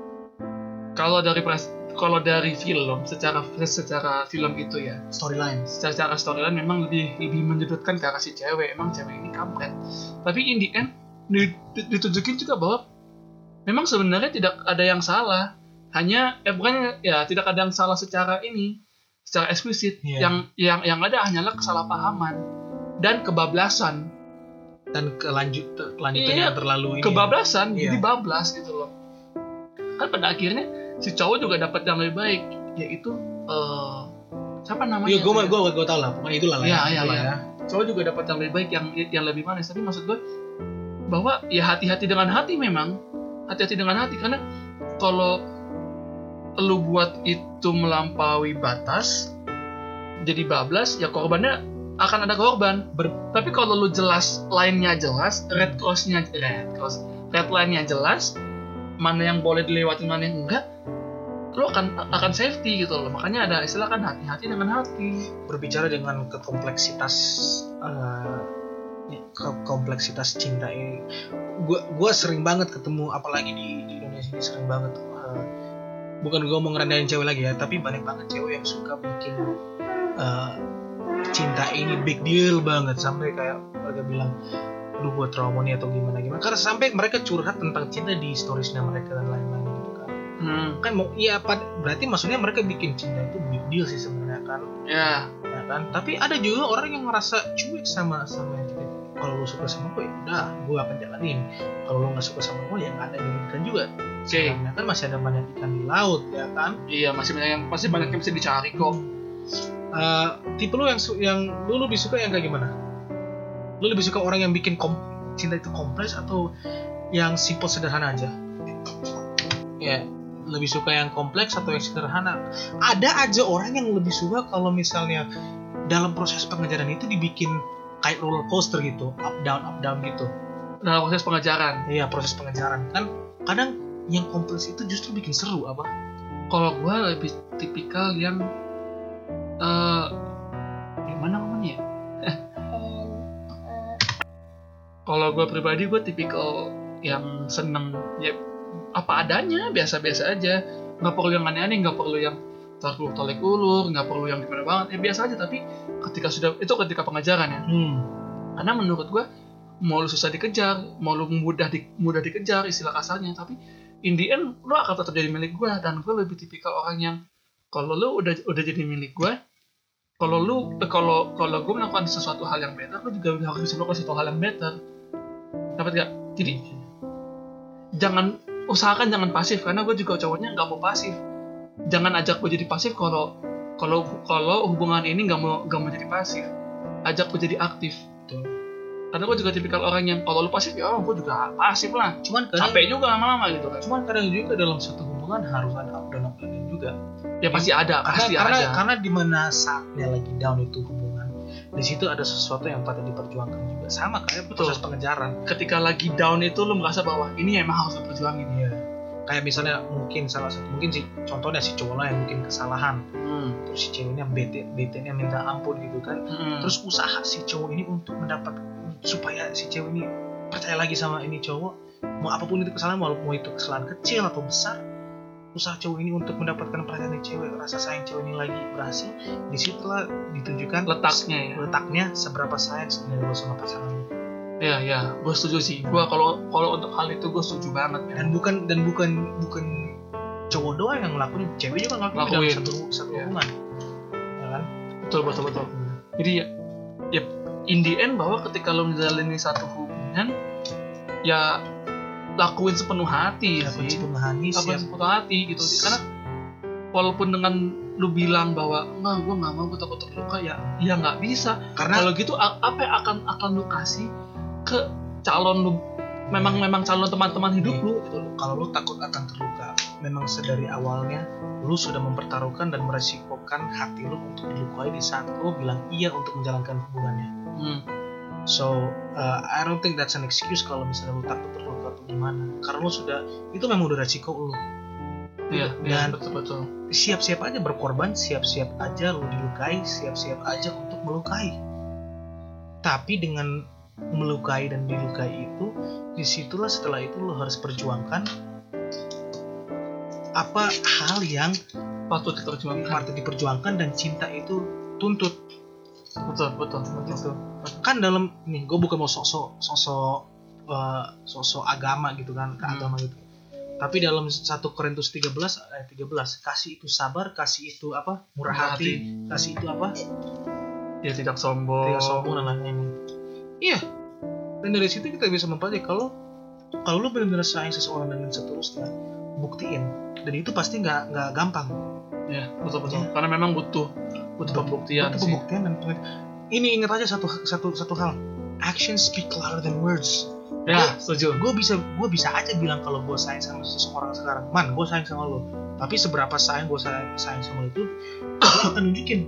[SPEAKER 2] Kalau dari pres, kalau dari film, secara secara film itu ya,
[SPEAKER 1] storyline.
[SPEAKER 2] Secara storyline memang lebih lebih menyudutkan ke arah si cewek. Emang cewek ini kampret. Tapi in the end ditunjukin juga bahwa memang sebenarnya tidak ada yang salah. Hanya eh bukan ya tidak ada yang salah secara ini, secara eksplisit. Yeah. Yang yang yang ada hanyalah kesalahpahaman dan kebablasan.
[SPEAKER 1] Dan kelanjut kelanjutannya
[SPEAKER 2] iya,
[SPEAKER 1] terlalu ini.
[SPEAKER 2] Kebablasan,
[SPEAKER 1] ya?
[SPEAKER 2] Jadi bablas gitu loh. Kan pada akhirnya si cowok juga dapat yang lebih baik, yaitu uh, siapa namanya?
[SPEAKER 1] Iya, gue gue gue tau lah, pokoknya itulah lah.
[SPEAKER 2] Iya iya iya. Ya. Cowok juga dapat yang lebih baik, yang yang lebih manis. Tapi maksud gue bahwa ya hati-hati dengan hati memang, hati-hati dengan hati karena kalau lu buat itu melampaui batas, jadi bablas, ya korbannya akan ada korban. Ber- Tapi kalau lu jelas line-nya jelas, red cross-nya red cross, red line-nya jelas, mana yang boleh dilewatin, mana yang enggak, lu akan akan safety gitu loh. Makanya ada istilah kan hati-hati dengan hati.
[SPEAKER 1] Berbicara dengan kekompleksitas uh, kompleksitas cinta ini, gua gua sering banget ketemu, apalagi di, di Indonesia ini sering banget. Uh, bukan gua mau ngerendahin cewek lagi ya, tapi banyak banget cewek yang suka bikin uh, cinta ini big deal banget sampai kayak mereka bilang, aduh gua trauma nih atau gimana gimana. Karena sampai mereka curhat tentang cinta di storiesnya mereka dan lain-lain gitu kan. Hmm. Kan mau iya berarti maksudnya mereka bikin cinta itu big deal sih sebenarnya kan.
[SPEAKER 2] Ya.
[SPEAKER 1] Yeah. Ya kan. Tapi ada juga orang yang ngerasa cuek sama sama kita. Kalau lu suka sama gue, ya udah, gue akan jalanin. Kalau lu nggak suka sama gue, ya nggak ada yang ikan juga.
[SPEAKER 2] Okay.
[SPEAKER 1] Sebenarnya kan masih ada banyak ikan di laut, ya kan?
[SPEAKER 2] Iya, masih banyak yang masih banyak yang bisa dicari kok.
[SPEAKER 1] Uh, tipe lu yang yang lu lebih suka yang kayak gimana? Lu lebih suka orang yang bikin kom- cinta itu kompleks atau yang simple sederhana aja? Ya, lebih suka yang kompleks atau yang sederhana? Ada aja orang yang lebih suka kalau misalnya dalam proses pengejaran itu dibikin kayak roller coaster gitu, up down up down gitu.
[SPEAKER 2] Dalam proses pengejaran.
[SPEAKER 1] Iya, proses pengejaran. Kan kadang yang kompleks itu justru bikin seru apa?
[SPEAKER 2] Kalau gue lebih tipikal yang uh, gimana ngomongnya? Kalau gue pribadi gue tipikal yang seneng ya apa adanya, biasa-biasa aja. Nggak perlu yang aneh-aneh, nggak perlu yang tarik tarik ulur, nggak perlu yang gimana banget, ya biasa aja. Tapi ketika sudah itu ketika pengejaran ya, hmm. karena menurut gue mau lu susah dikejar, mau lu mudah di, mudah dikejar istilah kasarnya, tapi in the end lu akan tetap jadi milik gue. Dan gue lebih tipikal orang yang kalau lu udah udah jadi milik gue, kalau lu kalau kalau gue melakukan sesuatu hal yang better, lu juga harus bisa melakukan sesuatu hal yang better. Dapat gak? Jadi jangan usahakan jangan pasif, karena gue juga cowoknya nggak mau pasif. Jangan ajak gue jadi pasif kalau kalau kalau hubungan ini nggak mau nggak mau jadi pasif. Ajak gue jadi aktif. Betul. Karena gue juga tipikal orang yang kalau lu pasif ya, oh, gue juga pasif lah. Cuman kadang, capek juga lama-lama gitu kan.
[SPEAKER 1] Cuman kadang juga dalam satu hubungan harus ada up dan up dan juga.
[SPEAKER 2] Ya pasti ada,
[SPEAKER 1] karena,
[SPEAKER 2] pasti
[SPEAKER 1] karena,
[SPEAKER 2] ada.
[SPEAKER 1] Karena di mana saatnya lagi down itu hubungan, di situ ada sesuatu yang patut diperjuangkan juga. Sama kayak proses pengejaran.
[SPEAKER 2] Ketika lagi down itu lu merasa bahwa ini emang harus diperjuangin.
[SPEAKER 1] Iya. Kayak misalnya mungkin salah satu mungkin si contohnya si cowok lah yang bikin kesalahan, hmm. terus si ceweknya bete betenya minta ampun gitu kan, hmm. terus usaha si cowok ini untuk mendapat supaya si cewek ini percaya lagi sama ini cowok, mau apapun itu kesalahan, mau mau itu kesalahan kecil atau besar, usaha cowok ini untuk mendapatkan perhatian cewek, rasa sayang cewek ini lagi berhasil, disitulah ditunjukkan
[SPEAKER 2] letaknya ya.
[SPEAKER 1] letaknya seberapa sayang sebenarnya lo sama pasangan.
[SPEAKER 2] Ya ya, gue setuju sih. Gue kalau kalau untuk hal itu gue setuju banget.
[SPEAKER 1] Dan bukan dan bukan bukan cowok doang yang ngelakuin, cewek juga ngelakuin dalam satu satu ya. hubungan, ya kan?
[SPEAKER 2] Betul betul betul. Hmm. Jadi ya, ya in the end bahwa ketika lo menjalani satu hubungan, ya lakuin sepenuh hati
[SPEAKER 1] lakuin
[SPEAKER 2] sih.
[SPEAKER 1] Sepenuh hati,
[SPEAKER 2] lakuin sepenuh hati gitu. Karena walaupun dengan lu bilang bahwa enggak, gue nggak mau, gue takut terluka, ya ya nggak bisa.
[SPEAKER 1] Karena
[SPEAKER 2] Kalau gitu a- apa yang akan akan lu kasih ke calon lu, memang memang calon teman-teman hidup
[SPEAKER 1] Nih,
[SPEAKER 2] lu gitu.
[SPEAKER 1] kalau lu takut akan terluka, memang sedari awalnya lu sudah mempertaruhkan dan meresikokan hati lu untuk dilukai di saat lu bilang iya untuk menjalankan hubungannya.
[SPEAKER 2] Hmm.
[SPEAKER 1] So uh, I don't think that's an excuse kalau misalnya lu takut terluka atau gimana, karena lu sudah, itu memang udah resiko lu.
[SPEAKER 2] Iya,
[SPEAKER 1] Dan
[SPEAKER 2] iya, betul-betul.
[SPEAKER 1] siap-siap aja berkorban, siap-siap aja lu dilukai, siap-siap aja untuk melukai. Tapi dengan melukai dan dilukai itu, disitulah setelah itu lu harus perjuangkan apa hal yang
[SPEAKER 2] Patut diperjuangkan.
[SPEAKER 1] patut diperjuangkan dan cinta itu tuntut.
[SPEAKER 2] Betul, betul, betul.
[SPEAKER 1] Gitu. Kan dalam nih, gue bukan mau sosok sosok uh, sosok agama gitu kan, ke
[SPEAKER 2] Hmm.
[SPEAKER 1] agama gitu. Tapi dalam satu Korintus tiga belas ayat tiga belas, kasih itu sabar, kasih itu apa? Murah
[SPEAKER 2] Murah
[SPEAKER 1] hati, kasih itu apa?
[SPEAKER 2] Dia tidak sombong.
[SPEAKER 1] Tidak sombong dan lain-lain. Iya. Dan dari situ kita bisa mempelajari kalau kalau lu benar-benar sayang seseorang dengan seterusnya, buktiin. Dan itu pasti nggak nggak gampang.
[SPEAKER 2] Ya, betul betul.
[SPEAKER 1] Iya.
[SPEAKER 2] Karena memang butuh butuh pembuktian
[SPEAKER 1] Butuh
[SPEAKER 2] sih.
[SPEAKER 1] pembuktian dan pengen- ini ingat aja satu satu satu hal. Actions speak louder than words.
[SPEAKER 2] Ya, setuju.
[SPEAKER 1] Gue bisa gue bisa aja bilang kalau gue sayang sama seseorang sekarang, man, gue sayang sama lo. Tapi seberapa sayang gue sayang, sayang sama lo itu, gue akan nunjukin.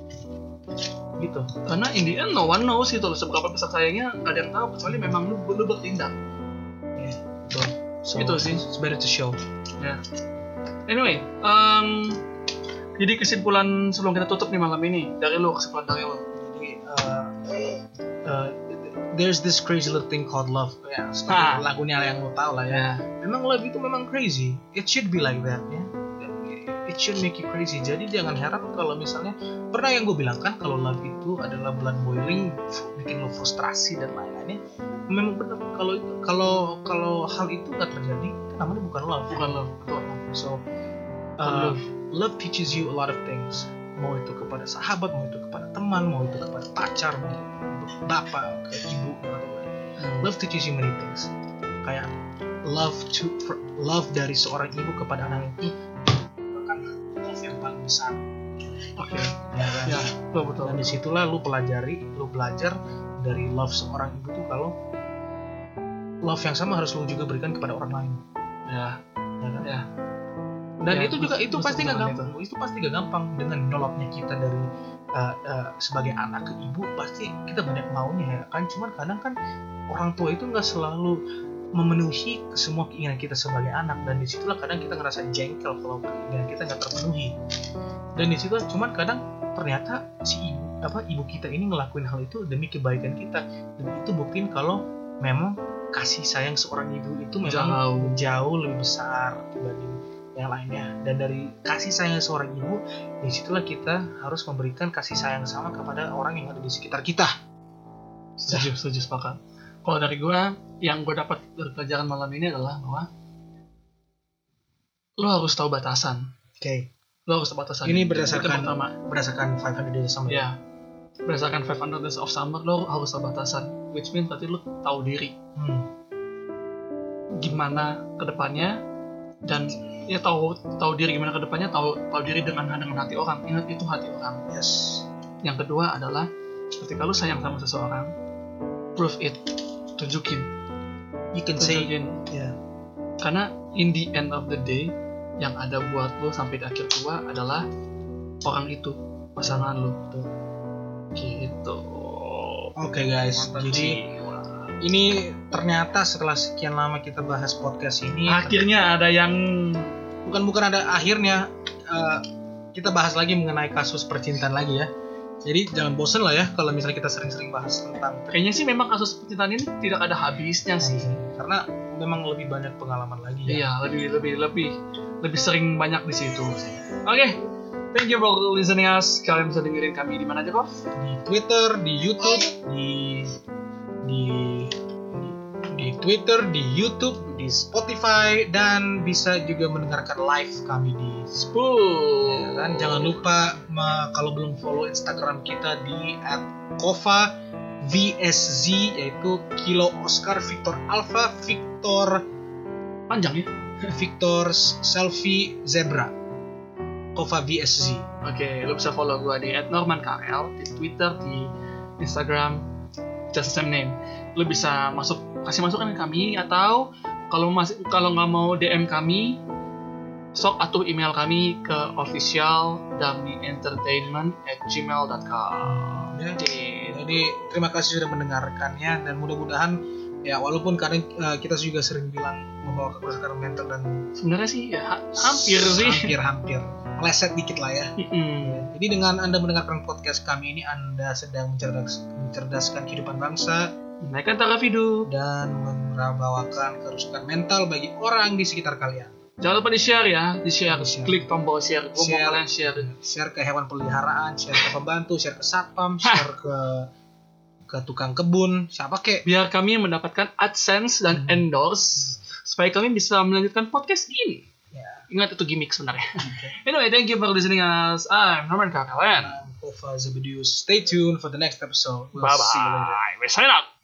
[SPEAKER 1] Gitu.
[SPEAKER 2] Karena in the end no one knows gitu loh, seberapa besar sayangnya nggak ada yang tahu kecuali memang lu lu bertindak.
[SPEAKER 1] So, so
[SPEAKER 2] Gitu sih.
[SPEAKER 1] It's better to show.
[SPEAKER 2] Ya. Anyway, um, jadi kesimpulan sebelum kita tutup nih malam ini dari lu, kesimpulan dari lu.
[SPEAKER 1] Jadi, uh, uh, there's this crazy little thing called love. Ya,
[SPEAKER 2] Ah.
[SPEAKER 1] lagunya yang lo tau lah ya. Memang love itu memang crazy. It should be like that ya. It should make you crazy. Jadi jangan harap kalau misalnya, pernah yang gue bilang kan kalau love itu adalah blood boiling, bikin lo frustrasi dan lain-lainnya. Memang benar, kalau itu kalau kalau hal itu nggak terjadi, kan namanya bukan love.
[SPEAKER 2] Bukan lo, betul.
[SPEAKER 1] So uh,
[SPEAKER 2] Love.
[SPEAKER 1] love teaches you a lot of things. Mau itu kepada sahabat, mau itu kepada teman, mau itu kepada pacar, mau itu kepada bapak, ke ibu, atau lain. Love teaches you many things. Kayak love to for- love dari seorang ibu kepada anak itu merupakan love yang paling besar.
[SPEAKER 2] Oke.
[SPEAKER 1] Ya kan?
[SPEAKER 2] Ya, betul betul.
[SPEAKER 1] Dan disitulah lu pelajari, lu belajar dari love seorang ibu tuh kalau love yang sama harus lu juga berikan kepada orang lain.
[SPEAKER 2] Ya,
[SPEAKER 1] Ya kan?
[SPEAKER 2] ya.
[SPEAKER 1] Dan
[SPEAKER 2] Ya,
[SPEAKER 1] itu juga itu
[SPEAKER 2] betul-
[SPEAKER 1] pasti nggak
[SPEAKER 2] betul
[SPEAKER 1] gampang. Itu. pasti nggak gampang dengan noloknya kita dari uh, uh, sebagai anak ke ibu, pasti kita banyak maunya ya kan. Cuman kadang kan orang tua itu nggak selalu memenuhi semua keinginan kita sebagai anak, dan disitulah kadang kita ngerasa jengkel kalau keinginan kita nggak terpenuhi. Dan disitulah cuman kadang ternyata si ibu apa ibu kita ini ngelakuin hal itu demi kebaikan kita, dan itu buktiin kalau memang kasih sayang seorang ibu itu memang
[SPEAKER 2] Jauh.
[SPEAKER 1] jauh lebih besar dibanding yang lainnya. Dan dari kasih sayang seorang ibu, disitulah kita harus memberikan kasih sayang sama kepada orang yang ada di sekitar kita.
[SPEAKER 2] Setuju, setuju, sepakat. Kalau dari gue, yang gue dapat dari pelajaran malam ini adalah bahwa lo harus tahu batasan.
[SPEAKER 1] Oke. Okay.
[SPEAKER 2] Lo harus tahu batasan.
[SPEAKER 1] Ini
[SPEAKER 2] Itu
[SPEAKER 1] berdasarkan
[SPEAKER 2] pertama.
[SPEAKER 1] berdasarkan five hundred Days of Summer.
[SPEAKER 2] Ya, berdasarkan five hundred Days of Summer, lo harus tahu batasan. Which means berarti lo tahu diri.
[SPEAKER 1] Hmm.
[SPEAKER 2] Gimana kedepannya, dan ya tahu tahu diri gimana kedepannya, tahu tahu diri dengan dengan hati orang. Ingat, itu hati orang.
[SPEAKER 1] Yes.
[SPEAKER 2] Yang kedua adalah ketika lo sayang sama seseorang, prove it, tunjukin,
[SPEAKER 1] You can say
[SPEAKER 2] tunjukin.
[SPEAKER 1] ya.
[SPEAKER 2] Karena in the end of the day, yang ada buat lo sampai di akhir tua adalah orang itu, pasangan lo. Gitu.
[SPEAKER 1] Oke guys,
[SPEAKER 2] Mantap
[SPEAKER 1] jadi
[SPEAKER 2] jiwa.
[SPEAKER 1] ini ternyata setelah sekian lama kita bahas podcast ini,
[SPEAKER 2] Akhirnya ada yang
[SPEAKER 1] bukan bukan ada akhirnya, uh, kita bahas lagi mengenai kasus percintaan lagi ya. Jadi jangan bosen lah ya kalau misalnya kita sering-sering bahas tentang
[SPEAKER 2] kayaknya sih memang kasus percintaan ini tidak ada habisnya sih.
[SPEAKER 1] karena memang lebih banyak pengalaman lagi ya.
[SPEAKER 2] Iya, lebih lebih lebih lebih sering banyak di situ. Oke, thank you for listening us. Kalian bisa dengerin kami di mana aja kok?
[SPEAKER 1] Di Twitter, di YouTube, di di di, di Twitter, di YouTube, di Spotify, dan bisa juga mendengarkan live kami di
[SPEAKER 2] Spool.
[SPEAKER 1] ya kan. Jangan lupa ma, kalau belum follow Instagram kita di at kova v s z, yaitu Kilo Oscar Victor Alpha Victor
[SPEAKER 2] Panjang ya?
[SPEAKER 1] Victor Selfie Zebra. Kova V S Z.
[SPEAKER 2] Oke, lu bisa follow gue di at norman karel di Twitter, di Instagram, just the same name. Lu bisa masuk kasih masukan ke kami, atau kalau masih kalau nggak mau D M kami, sok atuh email kami ke official dami entertainment at gmail dot com.
[SPEAKER 1] Jadi, jadi terima kasih sudah mendengarkannya, dan mudah-mudahan ya walaupun kadang uh, kita juga sering bilang membawa kerusakan mental dan
[SPEAKER 2] sebenarnya sih ya, ha- hampir sih
[SPEAKER 1] hampir-hampir meleset dikit lah ya.
[SPEAKER 2] Mm-mm.
[SPEAKER 1] Jadi dengan Anda mendengarkan podcast kami ini, Anda sedang mencerdas, mencerdaskan kehidupan bangsa,
[SPEAKER 2] menaikkan taraf hidup,
[SPEAKER 1] dan membawakan kerusakan mental bagi orang di sekitar kalian.
[SPEAKER 2] Jangan lupa di-share ya, di-share,
[SPEAKER 1] Di-share.
[SPEAKER 2] klik tombol share. Gue mau
[SPEAKER 1] Share.
[SPEAKER 2] kalian share.
[SPEAKER 1] Share ke hewan peliharaan, share ke pembantu, share ke satpam, share ke ke tukang kebun, siapa kek.
[SPEAKER 2] Biar kami mendapatkan AdSense dan
[SPEAKER 1] Hmm.
[SPEAKER 2] endorse, supaya kami bisa melanjutkan podcast ini.
[SPEAKER 1] Ya.
[SPEAKER 2] Ingat, itu gimmick sebenarnya. Anyway, thank you for listening us. I'm Norman Karel.
[SPEAKER 1] I'm Kova Zebedius. Stay tuned for the next episode. We'll
[SPEAKER 2] Bye
[SPEAKER 1] see you later.
[SPEAKER 2] bye. We sign out.